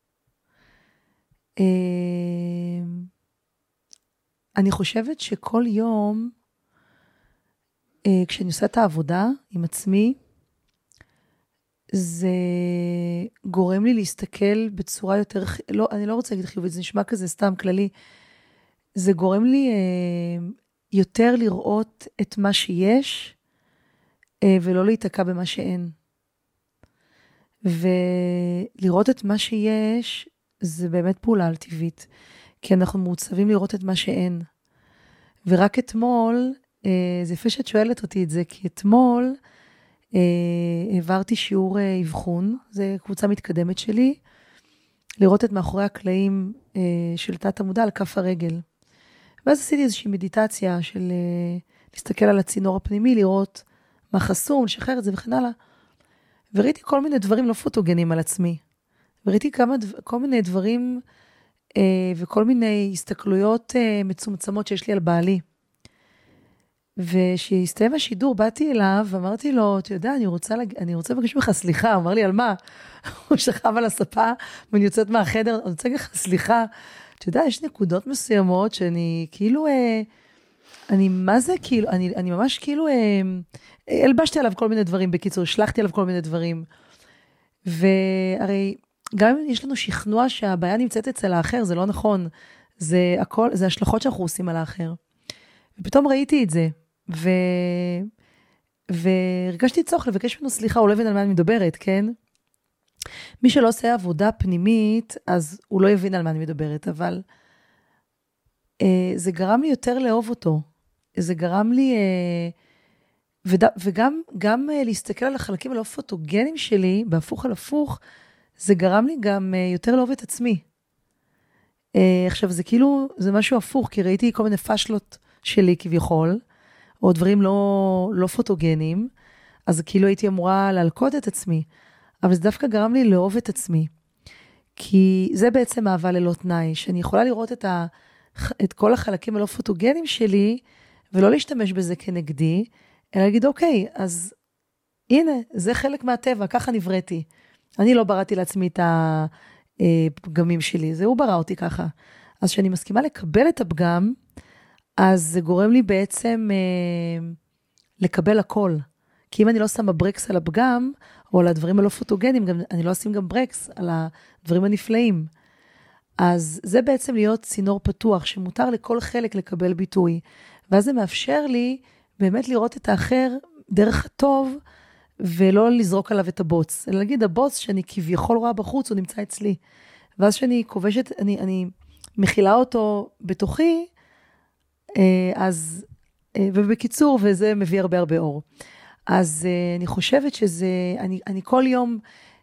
אני חושבת שכל יום, כשאני עושה את העבודה עם עצמי, זה גורם לי להסתכל בצורה יותר, לא, אני לא רוצה להגיד חיובית, זה נשמע כזה סתם כללי, זה גורם לי יותר לראות את מה שיש, ולא להיתקע במה שאין. ולראות את מה שיש, זה באמת פעולה על טבעית, כי אנחנו מעוצבים לראות את מה שאין. ורק אתמול, זה יפה שאת שואלת אותי את זה, כי אתמול העברתי שיעור אבחון, זה קבוצה מתקדמת שלי, לראות את מאחורי הקלעים של תת המודע על כף הרגל. ואז עשיתי איזושהי מדיטציה של להסתכל על הצינור הפנימי, לראות מה חסום, שחרר את זה וכן הלאה. וראיתי כל מיני דברים לא פוטוגנים על עצמי. וראיתי כמה, כל מיני דברים אה, וכל מיני הסתכלויות אה, מצומצמות שיש לי על בעלי. ושהסתיים השידור, באתי אליו ואמרתי לו, אתה יודע, אני רוצה, לג... אני רוצה לבקש ממך סליחה. הוא אמר לי, על מה? הוא שכב על הספה ואני יוצאת מהחדר, אני רוצה להגיד לך סליחה. אתה יודע, יש נקודות מסוימות שאני כאילו, אה, אני מה זה כאילו, אני, אני ממש כאילו, אה, הלבשתי עליו כל מיני דברים, בקיצור, השלחתי עליו כל מיני דברים. והרי גם אם יש לנו שכנוע שהבעיה נמצאת אצל האחר, זה לא נכון. זה הכל, זה השלכות שאנחנו עושים על האחר. ופתאום ראיתי את זה, ו... והרגשתי צורך לבקש ממנו סליחה, הוא לא הבין על מה אני מדברת, כן? מי שלא עושה עבודה פנימית, אז הוא לא יבין על מה אני מדברת, אבל אה, זה גרם לי יותר לאהוב אותו. זה גרם לי, אה, וד... וגם גם אה, להסתכל על החלקים הלא פוטוגנים שלי, בהפוך על הפוך, זה גרם לי גם אה, יותר לאהוב את עצמי. אה, עכשיו, זה כאילו, זה משהו הפוך, כי ראיתי כל מיני פשלות שלי כביכול, או דברים לא, לא פוטוגנים, אז כאילו הייתי אמורה להלקות את עצמי, אבל זה דווקא גרם לי לאהוב את עצמי, כי זה בעצם אהבה ללא תנאי, שאני יכולה לראות את, ה, את כל החלקים הלא פוטוגנים שלי, ולא להשתמש בזה כנגדי, אלא להגיד, אוקיי, אז הנה, זה חלק מהטבע, ככה נבראתי. אני לא בראתי לעצמי את הפגמים שלי, זה הוא ברא אותי ככה. אז כשאני מסכימה לקבל את הפגם, אז זה גורם לי בעצם אה, לקבל הכל. כי אם אני לא שמה ברקס על הפגם, או על הדברים הלא פוטוגנים, גם, אני לא אשים גם ברקס על הדברים הנפלאים. אז זה בעצם להיות צינור פתוח, שמותר לכל חלק לקבל ביטוי. ואז זה מאפשר לי באמת לראות את האחר דרך הטוב, ולא לזרוק עליו את הבוץ. אלא להגיד, הבוץ שאני כביכול רואה בחוץ, הוא נמצא אצלי. ואז שאני כובשת, אני, אני מכילה אותו בתוכי, אז, ובקיצור, וזה מביא הרבה הרבה אור. אז אני חושבת שזה, אני, אני כל יום,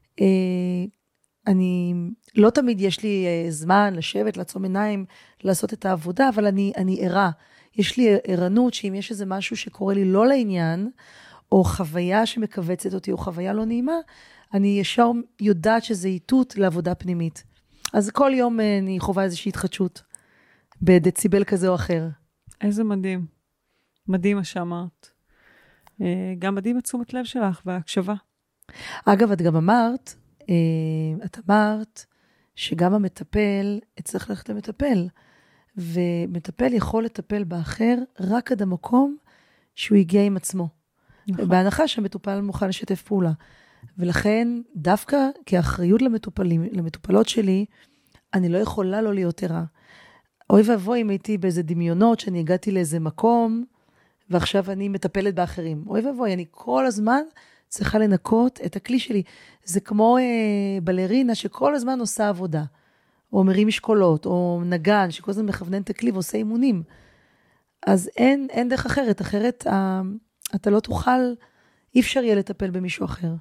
אני, לא תמיד יש לי זמן לשבת, לעצום עיניים, לעשות את העבודה, אבל אני, אני ערה. יש לי ערנות שאם יש איזה משהו שקורה לי לא לעניין, או חוויה שמקבצת אותי, או חוויה לא נעימה, אני ישר יודעת שזה איתות לעבודה פנימית. אז כל יום אני חווה איזושהי התחדשות, בדציבל כזה או אחר. איזה מדהים. מדהים מה שאמרת. גם מדהים את תשומת לב שלך וההקשבה. אגב, את גם אמרת, את אמרת שגם המטפל צריך ללכת למטפל, ומטפל יכול לטפל באחר רק עד המקום שהוא הגיע עם עצמו. נכון. בהנחה שהמטופל מוכן לשתף פעולה. ולכן דווקא כאחריות למטופלים, למטופלות שלי, אני לא יכולה לא להיות ערה. אוי ואבוי אם הייתי באיזה דמיונות שאני הגעתי לאיזה מקום, ועכשיו אני מטפלת באחרים. אוי ואבוי, אני כל הזמן צריכה לנקות את הכלי שלי. זה כמו אה, בלרינה שכל הזמן עושה עבודה, או מרים משקולות, או נגן שכל הזמן מכוונן את הכלי ועושה אימונים. אז אין, אין דרך אחרת. אחרת אה, אתה לא תוכל, אי אפשר יהיה לטפל במישהו אחר.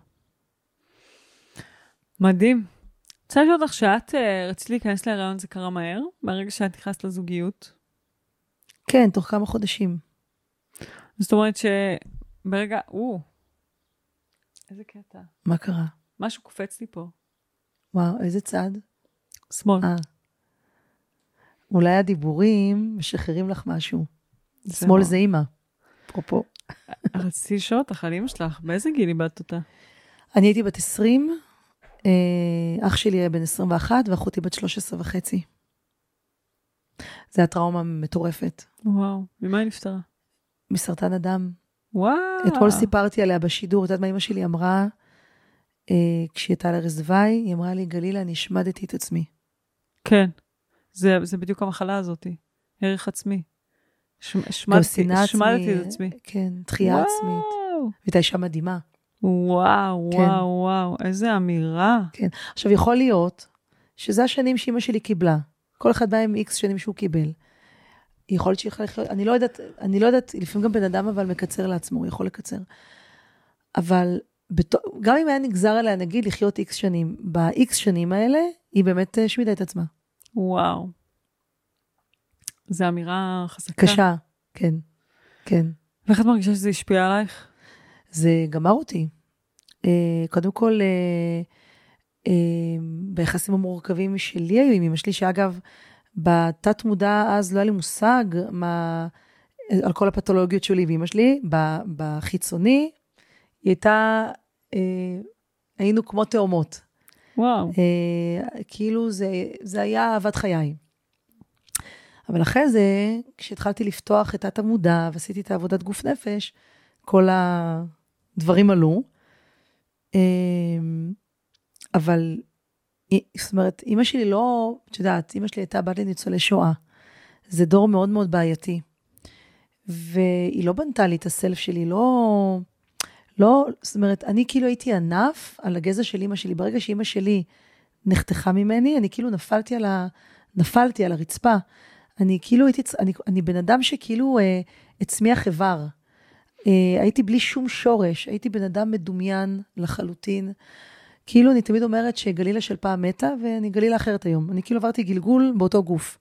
מדהים. רוצה לשאול אותך שאת רצית להיכנס להיריון, זה קרה מהר, מהרגע שאת נכנסת לזוגיות? כן, תוך כמה חודשים. זאת אומרת שברגע, או, איזה קטע. מה קרה? משהו קופץ לי פה. וואו, איזה צד? שמאל. אה. אולי הדיבורים משחררים לך משהו. שמאל מה? זה אימא. אפרופו. רציתי לשאול אותך על אמא שלך, באיזה גיל איבדת אותה? אני הייתי בת עשרים, אח שלי היה בן עשרים ואחת, ואחותי בת שלוש עשרה וחצי. זה הטראומה מטורפת. וואו, ממה היא נפטרה? מסרטן הדם. וואו. אתמול סיפרתי עליה בשידור, את יודעת מה אמא שלי אמרה, כשהיא הייתה לרזווי, היא אמרה לי, גלילה, אני השמדתי את עצמי. כן, זה, זה בדיוק המחלה הזאת, ערך עצמי. השמדתי את עצמי. כן, תחייה עצמית. והייתה אישה מדהימה. וואו, כן. וואו, וואו, איזה אמירה. כן. עכשיו, יכול להיות שזה השנים שאמא שלי קיבלה. כל אחד בא עם איקס שנים שהוא קיבל. יכול להיות שיכול לחיות, אני לא יודעת, אני לא יודעת, לפעמים גם בן אדם אבל מקצר לעצמו, הוא יכול לקצר. אבל גם אם היה נגזר עליה, נגיד, לחיות איקס שנים, באיקס שנים האלה, היא באמת שמידה את עצמה. וואו. זו אמירה חזקה. קשה, כן, כן. ואיך את מרגישה שזה השפיע עלייך? זה גמר אותי. קודם כל, ביחסים המורכבים שלי היו עם אמא שלי, שאגב, בתת מודע אז לא היה לי מושג מה, על כל הפתולוגיות שלי ואמא שלי, בחיצוני, היא הייתה, היינו כמו תאומות. וואו. כאילו זה, זה היה אהבת חיי. אבל אחרי זה, כשהתחלתי לפתוח את תת המודע, ועשיתי את העבודת גוף נפש, כל הדברים עלו. אבל, זאת אומרת, אמא שלי לא, את יודעת, אמא שלי הייתה בת לניצולי שואה. זה דור מאוד מאוד בעייתי. והיא לא בנתה לי את הסלף שלי, לא, לא, זאת אומרת, אני כאילו הייתי ענף על הגזע של אמא שלי. ברגע שאמא שלי נחתכה ממני, אני כאילו נפלתי על, ה, נפלתי על הרצפה. אני כאילו הייתי, אני, אני בן אדם שכאילו אה, הצמיח איבר. אה, הייתי בלי שום שורש, הייתי בן אדם מדומיין לחלוטין. כאילו אני תמיד אומרת שגלילה של פעם מתה, ואני גלילה אחרת היום. אני כאילו עברתי גלגול באותו גוף.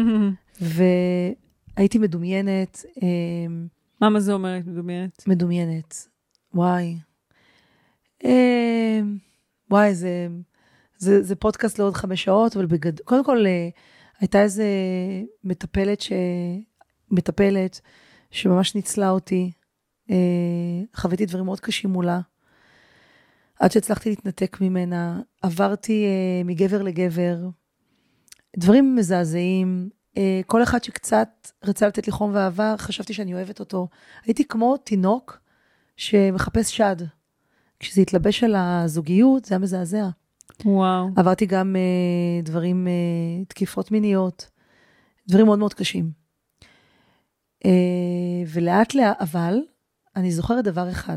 והייתי מדומיינת. אה, מה, מה זה אומרת מדומיינת? מדומיינת. וואי. אה, וואי, זה, זה, זה פודקאסט לעוד חמש שעות, אבל בגדול, קודם כל, אה, הייתה איזה מטפלת, ש... מטפלת שממש ניצלה אותי. חוויתי דברים מאוד קשים מולה. עד שהצלחתי להתנתק ממנה, עברתי מגבר לגבר. דברים מזעזעים. כל אחד שקצת רצה לתת לי חום ואהבה, חשבתי שאני אוהבת אותו. הייתי כמו תינוק שמחפש שד. כשזה התלבש על הזוגיות, זה היה מזעזע. וואו. עברתי גם uh, דברים, uh, תקיפות מיניות, דברים מאוד מאוד קשים. Uh, ולאט לאט, אבל אני זוכרת דבר אחד.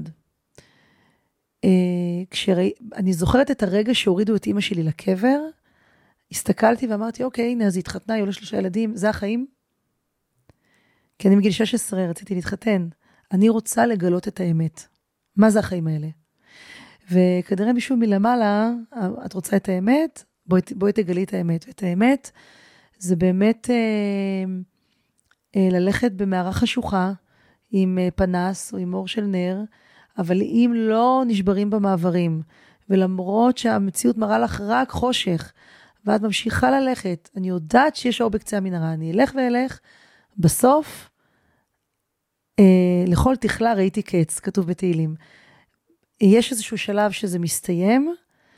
Uh, כשראי, אני זוכרת את הרגע שהורידו את אמא שלי לקבר, הסתכלתי ואמרתי, אוקיי, הנה, אז היא התחתנה, היו לה שלושה ילדים, זה החיים? כי אני מגיל שש עשרה רציתי להתחתן. אני רוצה לגלות את האמת. מה זה החיים האלה? וכנראה מישהו מלמעלה, את רוצה את האמת? בואי, בואי תגלי את האמת. ואת האמת, זה באמת אה, אה, ללכת במערה חשוכה, עם אה, פנס או עם אור של נר, אבל אם לא נשברים במעברים, ולמרות שהמציאות מראה לך רק חושך, ואת ממשיכה ללכת, אני יודעת שיש אור בקצה המנהרה, אני אלך ואלך, בסוף, אה, לכל תכלה ראיתי קץ, כתוב בתהילים. יש איזשהו שלב שזה מסתיים,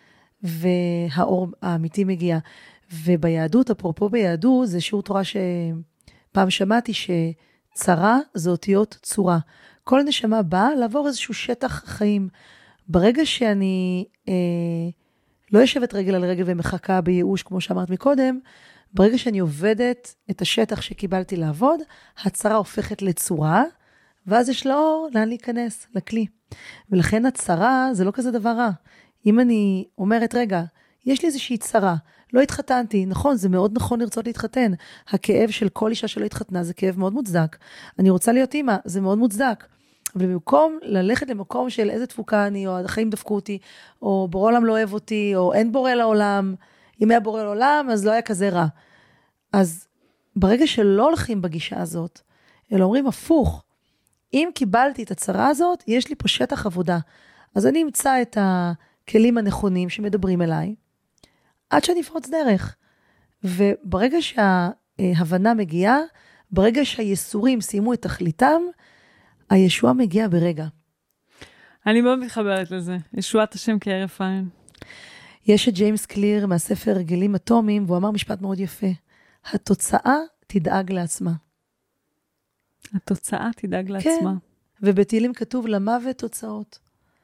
והאור האמיתי מגיע. וביהדות, אפרופו ביהדות, זה שיעור תורה שפעם שמעתי שצרה זה אותיות צורה. כל נשמה באה לעבור איזשהו שטח חיים. ברגע שאני אה, לא יושבת רגל על רגל ומחכה בייאוש, כמו שאמרת מקודם, ברגע שאני עובדת את השטח שקיבלתי לעבוד, הצרה הופכת לצורה, ואז יש לו לאן להיכנס, לכלי. ולכן הצרה זה לא כזה דבר רע. אם אני אומרת, רגע, יש לי איזושהי צרה, לא התחתנתי, נכון, זה מאוד נכון לרצות להתחתן. הכאב של כל אישה שלא התחתנה זה כאב מאוד מוצדק. אני רוצה להיות אימא, זה מאוד מוצדק. אבל במקום ללכת למקום של איזה תפוקה אני, או החיים דפקו אותי, או בורא עולם לא אוהב אותי, או אין בורא לעולם, אם היה בורא לעולם, אז לא היה כזה רע. אז ברגע שלא הולכים בגישה הזאת, אלא אומרים הפוך, אם קיבלתי את הצרה הזאת, יש לי פה שטח עבודה. אז אני אמצא את הכלים הנכונים שמדברים אליי, עד שאני אפרוץ דרך. וברגע שההבנה מגיעה, ברגע שהייסורים סיימו את תכליתם, הישועה מגיעה ברגע. אני מאוד מתחברת לזה. ישועת השם כהרף עין. יש את ג'יימס קליר מהספר הרגלים אטומיים, והוא אמר משפט מאוד יפה. התוצאה תדאג לעצמה. התוצאה תדאג לעצמה. כן. ובתהילים כתוב למוות תוצאות.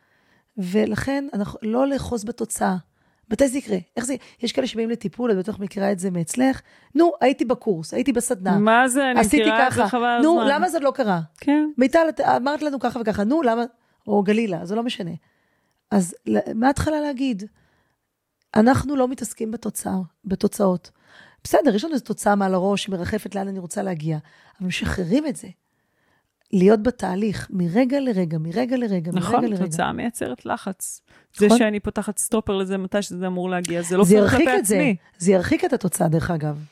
ולכן אנחנו לא לאחוז בתוצאה. מתי זה יקרה? איך זה? יש כאלה שבאים לטיפול, את בטח מכירה את זה מאצלך. נו, הייתי בקורס, הייתי בסדנה. מה זה? אני מכירה את זה חבל הזמן. נו, למה זה לא קרה? כן. מיטל, אמרת לנו ככה וככה. נו, למה? או גלילה, זה לא משנה. אז מההתחלה להגיד, אנחנו לא מתעסקים בתוצאה, בתוצאות. בסדר, יש לנו איזו תוצאה מעל הראש שמרחפת לאן אני רוצה להגיע, אבל משחררים את זה. להיות בתהליך, מרגע לרגע, מרגע לרגע, נכון, מרגע לרגע. נכון, תוצאה מייצרת לחץ. נכון? זה שאני פותחת סטופר לזה, מתי שזה אמור להגיע, זה לא זה פרק כלפי עצמי. זה, זה ירחיק את התוצאה, דרך אגב.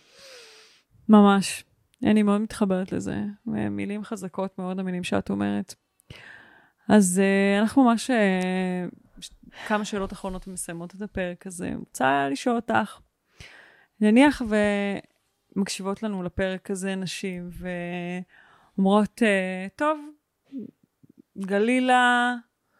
ממש. אני מאוד מתחברת לזה. מילים חזקות מאוד, המילים שאת אומרת. אז uh, אנחנו ממש, uh, כמה שאלות אחרונות מסיימות את הפרק הזה. רוצה לשאול אותך. נניח ומקשיבות לנו לפרק הזה נשים, ואומרות, טוב, גלילה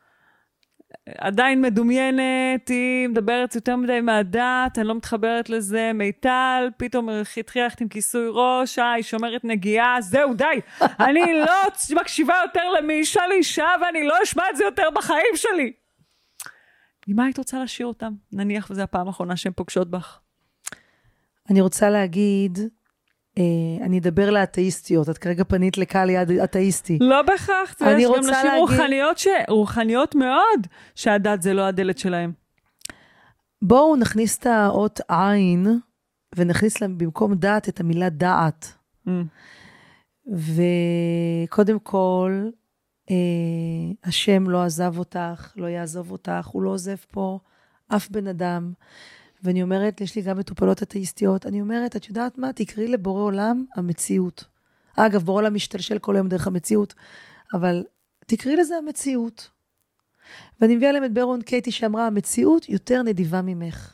עדיין מדומיינת, היא מדברת יותר מדי מהדת, אני לא מתחברת לזה, מיטל, פתאום התחילה ללכת עם כיסוי ראש, אה, היא שומרת נגיעה, זהו, די, אני לא מקשיבה יותר לאישה לאישה, ואני לא אשמע את זה יותר בחיים שלי. ממה היית רוצה להשאיר אותם? נניח וזו הפעם האחרונה שהן פוגשות בך. אני רוצה להגיד, אה, אני אדבר לאתאיסטיות, את כרגע פנית לקהל יד אתאיסטי. לא בכך, יש גם נשים להגיד... רוחניות, ש... רוחניות מאוד, שהדת זה לא הדלת שלהם. בואו נכניס את האות עין, ונכניס להם במקום דעת את המילה דעת. Mm. וקודם כל, אה, השם לא עזב אותך, לא יעזוב אותך, הוא לא עוזב פה אף בן אדם. ואני אומרת, יש לי גם מטופלות אתאיסטיות, אני אומרת, את יודעת מה? תקראי לבורא עולם המציאות. אגב, בורא עולם משתלשל כל היום דרך המציאות, אבל תקראי לזה המציאות. ואני מביאה להם את ברון קייטי שאמרה, המציאות יותר נדיבה ממך.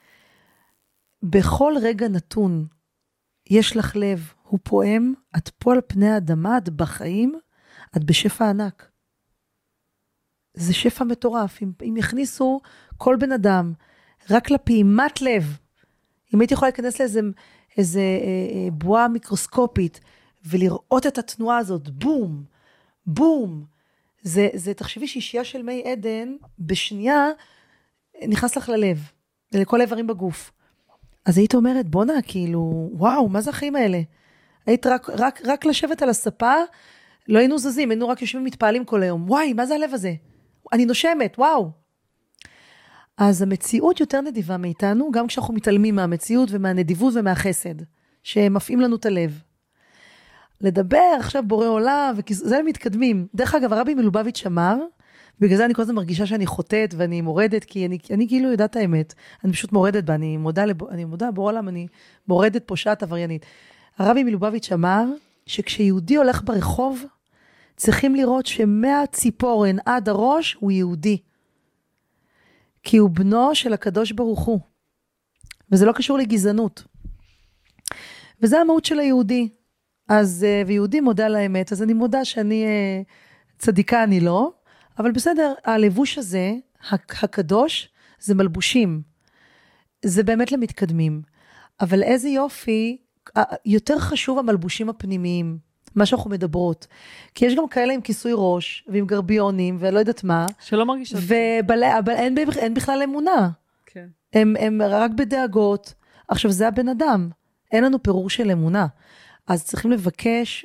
בכל רגע נתון, יש לך לב, הוא פועם, את פה על פני האדמה, את בחיים, את בשפע ענק. זה שפע מטורף. אם, אם יכניסו כל בן אדם, רק לפעימת לב, אם הייתי יכולה להיכנס לאיזה איזה, אה, אה, בועה מיקרוסקופית, ולראות את התנועה הזאת, בום, בום, זה, זה תחשבי שישייה של מי עדן, בשנייה, נכנס לך ללב. לכל איברים בגוף. אז היית אומרת, בונה, כאילו, וואו, מה זה החיים האלה? היית רק, רק, רק לשבת על הספה, לא היינו זזים, היינו רק יושבים ומתפעלים כל היום. וואי, מה זה הלב הזה? אני נושמת, וואו. אז המציאות יותר נדיבה מאיתנו, גם כשאנחנו מתעלמים מהמציאות ומהנדיבות ומהחסד, שמפעים לנו את הלב. לדבר עכשיו בורא עולם, וזה הם מתקדמים. דרך אגב, הרבי מלובביץ' אמר, בגלל זה אני כל הזמן מרגישה שאני חוטאת ואני מורדת, כי אני, אני כאילו יודעת האמת. אני פשוט מורדת בה, אני מודה, לב, אני מודה בורא עולם, אני מורדת פושעת עבריינית. הרבי מלובביץ' אמר, שכשיהודי הולך ברחוב, צריכים לראות שמהציפורן עד הראש הוא יהודי. כי הוא בנו של הקדוש ברוך הוא. וזה לא קשור לגזענות. וזה המהות של היהודי. אז, ויהודי מודה לאמת, אז אני מודה שאני צדיקה, אני לא. אבל בסדר, הלבוש הזה, הקדוש, זה מלבושים. זה באמת למתקדמים. אבל איזה יופי, יותר חשוב המלבושים הפנימיים, מה שאנחנו מדברות. כי יש גם כאלה עם כיסוי ראש, ועם גרביונים, ולא יודעת מה. שלא מרגישות. אבל אין, אין בכלל אמונה. כן. הם, הם רק בדאגות. עכשיו, זה הבן אדם. אין לנו פירור של אמונה. אז צריכים לבקש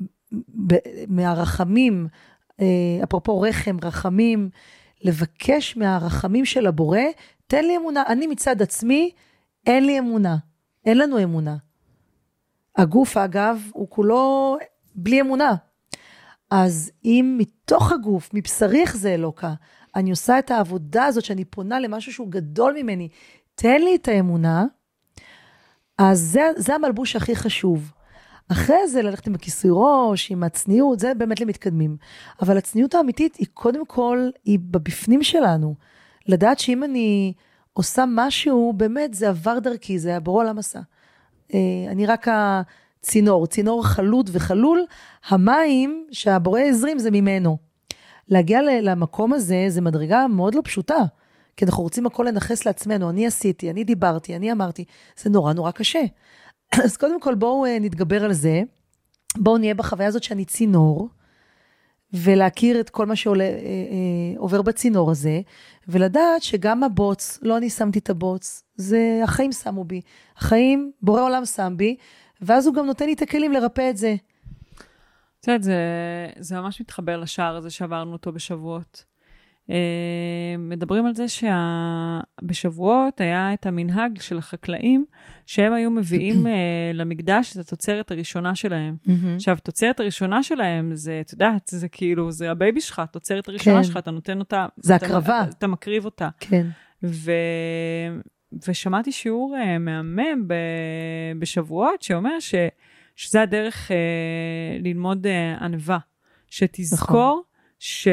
מהרחמים, אפרופו רחם, רחמים, לבקש מהרחמים של הבורא, תן לי אמונה. אני מצד עצמי, אין לי אמונה. אין לנו אמונה. הגוף, אגב, הוא כולו בלי אמונה. אז אם מתוך הגוף, מבשריך זה אלוקה, אני עושה את העבודה הזאת, שאני פונה למשהו שהוא גדול ממני, תן לי את האמונה, אז זה, זה המלבוש הכי חשוב. אחרי זה ללכת עם הכיסוי ראש, עם הצניעות, זה באמת למתקדמים. אבל הצניעות האמיתית היא קודם כל, היא בבפנים שלנו. לדעת שאם אני עושה משהו, באמת זה עבר דרכי, זה הבורא עולם עשה. אני רק הצינור, צינור חלוד וחלול, המים שהבורא הזרים זה ממנו. להגיע למקום הזה, זה מדרגה מאוד לא פשוטה, כי אנחנו רוצים הכל לנחס לעצמנו, אני עשיתי, אני דיברתי, אני אמרתי, זה נורא נורא קשה. אז קודם כל בואו נתגבר על זה, בואו נהיה בחוויה הזאת שאני צינור, ולהכיר את כל מה שעובר בצינור הזה, ולדעת שגם הבוץ, לא אני שמתי את הבוץ, זה החיים שמו בי, החיים, בורא עולם שם בי, ואז הוא גם נותן לי את הכלים לרפא את זה. את יודעת, זה, זה ממש מתחבר לשער הזה שעברנו אותו בשבועות. מדברים על זה שבשבועות היה את המנהג של החקלאים, שהם היו מביאים למקדש את התוצרת הראשונה שלהם. עכשיו, התוצרת הראשונה שלהם, זה, את יודעת, זה כאילו, זה הבייבי שלך, התוצרת הראשונה שלך, אתה נותן אותה, זה הקרבה. אתה מקריב אותה. כן. ו... ושמעתי שיעור מהמם בשבועות, שאומר ש... שזה הדרך ללמוד ענווה, שתזכור ש...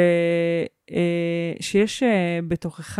שיש בתוכך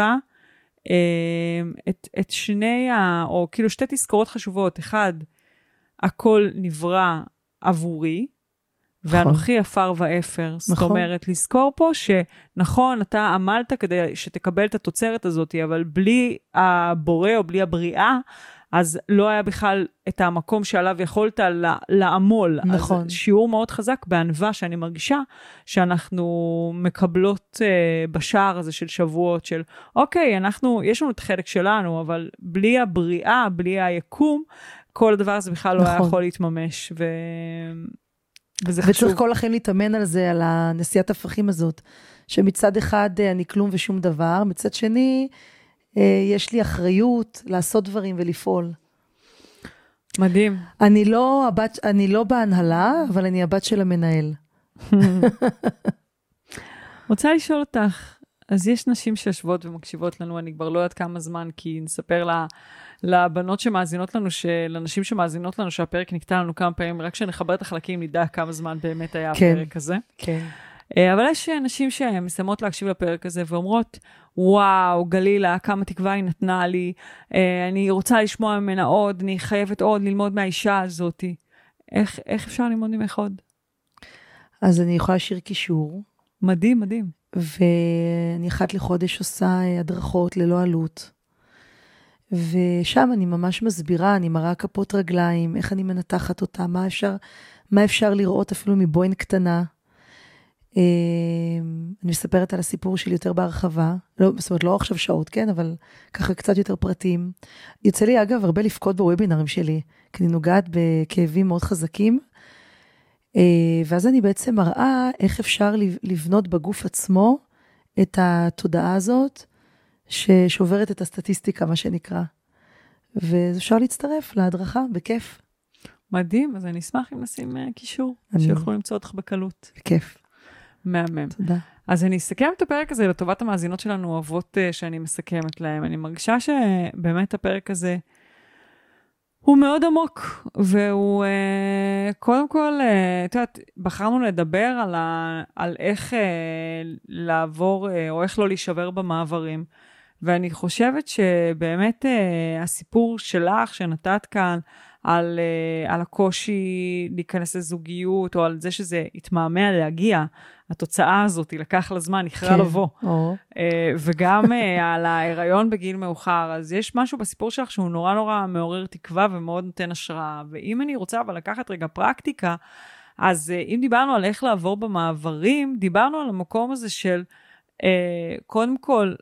את, את שני, ה... או כאילו שתי תזכורות חשובות. אחד, הכל נברא עבורי, ואנוכי אפר ואפר. זאת אומרת, לזכור פה שנכון, אתה עמלת כדי שתקבל את התוצרת הזאת, אבל בלי הבורא או בלי הבריאה, אז לא היה בכלל את המקום שעליו יכולת לעמול. נכון. אז שיעור מאוד חזק בענווה שאני מרגישה, שאנחנו מקבלות uh, בשער הזה של שבועות, של אוקיי, אנחנו, יש לנו את החלק שלנו, אבל בלי הבריאה, בלי היקום, כל הדבר הזה בכלל נכון. לא היה יכול להתממש. ו... וזה וצריך חשוב. כל לכם להתאמן על זה, על הנשיאת הפכים הזאת, שמצד אחד אני כלום ושום דבר, מצד שני, יש לי אחריות לעשות דברים ולפעול. מדהים. אני לא, הבת, אני לא בהנהלה, אבל אני הבת של המנהל. רוצה לשאול אותך, אז יש נשים שיושבות ומקשיבות לנו, אני כבר לא יודעת כמה זמן, כי נספר לה, לבנות שמאזינות לנו, לנשים שמאזינות לנו, שהפרק נקטע לנו כמה פעמים, רק שנחבר את החלקים, נדע כמה זמן באמת היה כן, הפרק הזה. כן. אבל יש נשים שמסיימות להקשיב לפרק הזה, ואומרות, וואו, גלילה, כמה תקווה היא נתנה לי, אני רוצה לשמוע ממנה עוד, אני חייבת עוד ללמוד מהאישה הזאת. איך, איך אפשר ללמוד ממך עוד? אז אני יכולה לשיר קישור. מדהים, מדהים. ואני אחת לחודש עושה הדרכות ללא עלות. ושם אני ממש מסבירה, אני מראה כפות רגליים, איך אני מנתחת אותה, מה אפשר, מה אפשר לראות אפילו מבוין קטנה. אני מספרת על הסיפור שלי יותר בהרחבה, לא, זאת אומרת, לא עכשיו שעות, כן, אבל ככה קצת יותר פרטים. יוצא לי, אגב, הרבה לפקוד בוובינרים שלי, כי אני נוגעת בכאבים מאוד חזקים, ואז אני בעצם מראה איך אפשר לבנות בגוף עצמו את התודעה הזאת, ששוברת את הסטטיסטיקה, מה שנקרא. ואפשר להצטרף להדרכה, בכיף. מדהים, אז אני אשמח אם נשים קישור, שיוכלו למצוא אותך בקלות. בכיף. מהמם. תודה. אז אני אסכם את הפרק הזה לטובת המאזינות שלנו אוהבות שאני מסכמת להם. אני מרגישה שבאמת הפרק הזה הוא מאוד עמוק, והוא קודם כל, את יודעת, בחרנו לדבר על, ה, על איך לעבור או איך לא להישבר במעברים. ואני חושבת שבאמת הסיפור שלך שנתת כאן, על, על הקושי להיכנס לזוגיות, או על זה שזה התמהמה להגיע, התוצאה הזאת, היא לקח לה זמן, יכרה כן. לבוא. או. וגם על ההיריון בגיל מאוחר, אז יש משהו בסיפור שלך שהוא נורא נורא מעורר תקווה, ומאוד נותן השראה. ואם אני רוצה אבל לקחת רגע פרקטיקה, אז אם דיברנו על איך לעבור במעברים, דיברנו על המקום הזה של, קודם כל,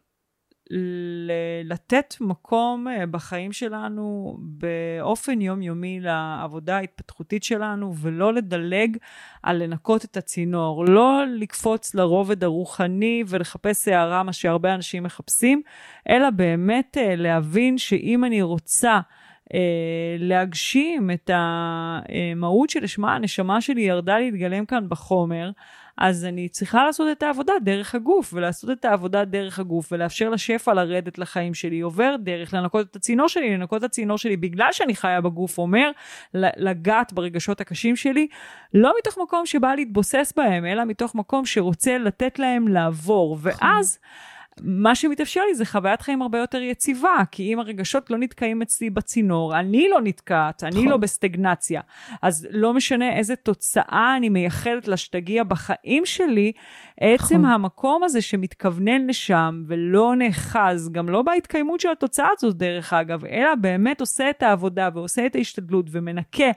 לתת מקום בחיים שלנו באופן יומיומי לעבודה ההתפתחותית שלנו, ולא לדלג על לנקות את הצינור, לא לקפוץ לרובד הרוחני ולחפש הערה, מה שהרבה אנשים מחפשים, אלא באמת להבין שאם אני רוצה להגשים את המהות שלשמה הנשמה שלי ירדה להתגלם כאן בחומר, אז אני צריכה לעשות את העבודה דרך הגוף, ולעשות את העבודה דרך הגוף, ולאפשר לשפע לרדת לחיים שלי, עובר דרך לנקות את הצינור שלי, לנקות את הצינור שלי, בגלל שאני חיה בגוף, אומר, לגעת ברגשות הקשים שלי, לא מתוך מקום שבא להתבוסס בהם, אלא מתוך מקום שרוצה לתת להם לעבור, ואז מה שמתאפשר לי זה חוויית חיים הרבה יותר יציבה, כי אם הרגשות לא נתקעים אצלי בצינור, אני לא נתקעת, אני לא בסטגנציה, אז לא משנה איזה תוצאה אני מייחדת לשתגיע בחיים שלי, עצם המקום הזה שמתכוונן לשם, ולא נחז, גם לא בהתקיימות של התוצאה הזאת דרך אגב, אלא באמת עושה את העבודה, ועושה את ההשתדלות, ומנקה,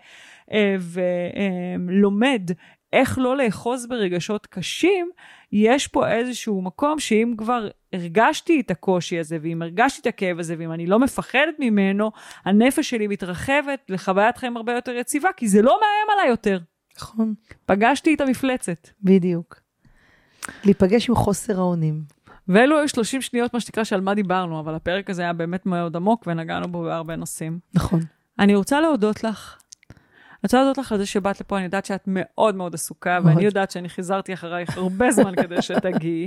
ולומד, איך לא לאחוז ברגשות קשים, יש פה איזשהו מקום שאם כבר הרגשתי את הקושי הזה, ואם הרגשתי את הכאב הזה, ואם אני לא מפחדת ממנו, הנפש שלי מתרחבת לחוויית חיים הרבה יותר יציבה, כי זה לא מאיים עליי יותר. נכון. פגשתי את המפלצת. בדיוק. להיפגש עם חוסר האונים. ואלו היו שלושים שניות, מה שתקרא שעל מה דיברנו, אבל הפרק הזה היה באמת מאוד עמוק, ונגענו בו בהרבה נושאים. נכון. אני רוצה להודות לך. אני רוצה להודות לך על זה שבאת לפה, אני יודעת שאת מאוד מאוד עסוקה, מאוד. ואני יודעת שאני חיזרתי אחרייך הרבה זמן כדי שתגיעי.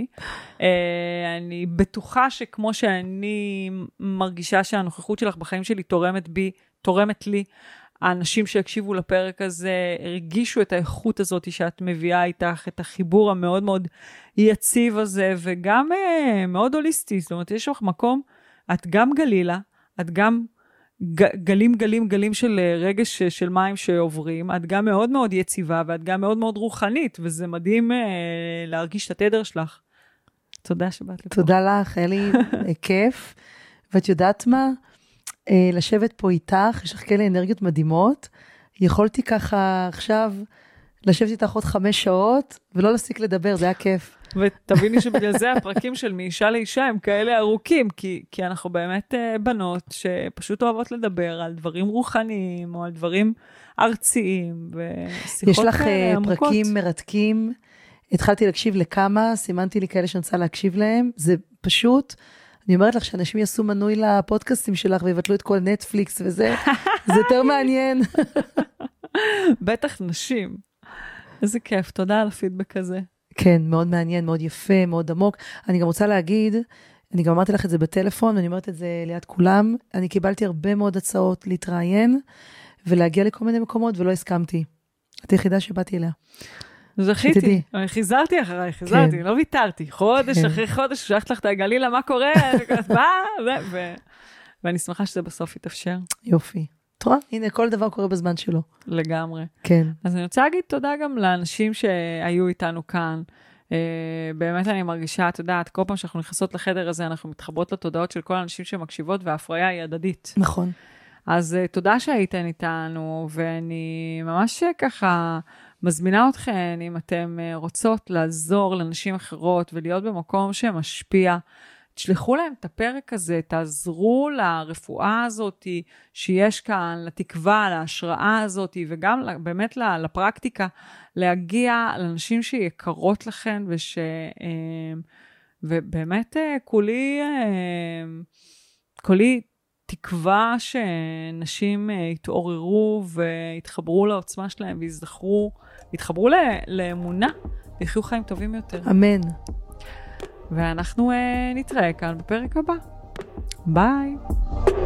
אני בטוחה שכמו שאני מרגישה שהנוכחות שלך בחיים שלי תורמת בי, תורמת לי, האנשים שהקשיבו לפרק הזה הרגישו את האיכות הזאת שאת מביאה איתך, את החיבור המאוד מאוד יציב הזה, וגם מאוד הוליסטי. זאת אומרת, יש לך מקום, את גם גלילה, את גם גלים, גלים, גלים של רגש של מים שעוברים, את גם מאוד מאוד יציבה, ואת גם מאוד מאוד רוחנית, וזה מדהים אה, להרגיש את התדר שלך. תודה שבאת לפה. תודה לך, היה לי כיף, ואת יודעת מה? אה, לשבת פה איתך, יש לך כאלה אנרגיות מדהימות, יכולתי ככה עכשיו לשבת איתך עוד חמש שעות, ולא להפסיק לדבר, זה היה כיף. ותביני שבגלל זה הפרקים של מאישה לאישה הם כאלה ארוכים, כי, כי אנחנו באמת בנות שפשוט אוהבות לדבר על דברים רוחניים, או על דברים ארציים, ושיחות עמוקות. יש לך פרקים מרתקים, התחלתי להקשיב לכמה, סימנתי לי כאלה שאני רוצה להקשיב להם, זה פשוט, אני אומרת לך שאנשים יעשו מנוי לפודקאסטים שלך, ויבטלו את כל נטפליקס וזה, זה יותר מעניין. בטח נשים. איזה כיף, תודה על הפידבק הזה. כן, מאוד מעניין, מאוד יפה, מאוד עמוק. אני גם רוצה להגיד, אני גם אמרתי לך את זה בטלפון, ואני אומרת את זה ליד כולם, אני קיבלתי הרבה מאוד הצעות להתראיין, ולהגיע לכל מיני מקומות, ולא הסכמתי. את היחידה שבאתי אליה. זכיתי, חיזרתי אחריי, חיזרתי, לא ויתרתי. חודש אחרי חודש, שלחת לך את הגלילה, מה קורה? ואני שמחה שזה בסוף יתאפשר. יופי. תראה, הנה, כל דבר קורה בזמן שלו. לגמרי. כן. אז אני רוצה להגיד תודה גם לאנשים שהיו איתנו כאן. באמת אני מרגישה, את יודעת, כל פעם שאנחנו נכנסות לחדר הזה, אנחנו מתחברות לתודעות של כל האנשים שמקשיבות, וההפריה היא הדדית. נכון. אז תודה שהייתן איתנו, ואני ממש ככה מזמינה אתכן, אם אתן רוצות לעזור לנשים אחרות ולהיות במקום שמשפיע, תשלחו להם את הפרק הזה, תעזרו לרפואה הזאת שיש כאן, לתקווה, להשראה הזאת, וגם באמת לפרקטיקה, להגיע לאנשים שיקרות לכן, וש... ובאמת כולי, כולי תקווה שנשים יתעוררו ויתחברו לעוצמה שלהם, ויזכרו, יתחברו לאמונה, ויחיו חיים טובים יותר. אמן. ואנחנו uh, נתראה כאן בפרק הבא. ביי.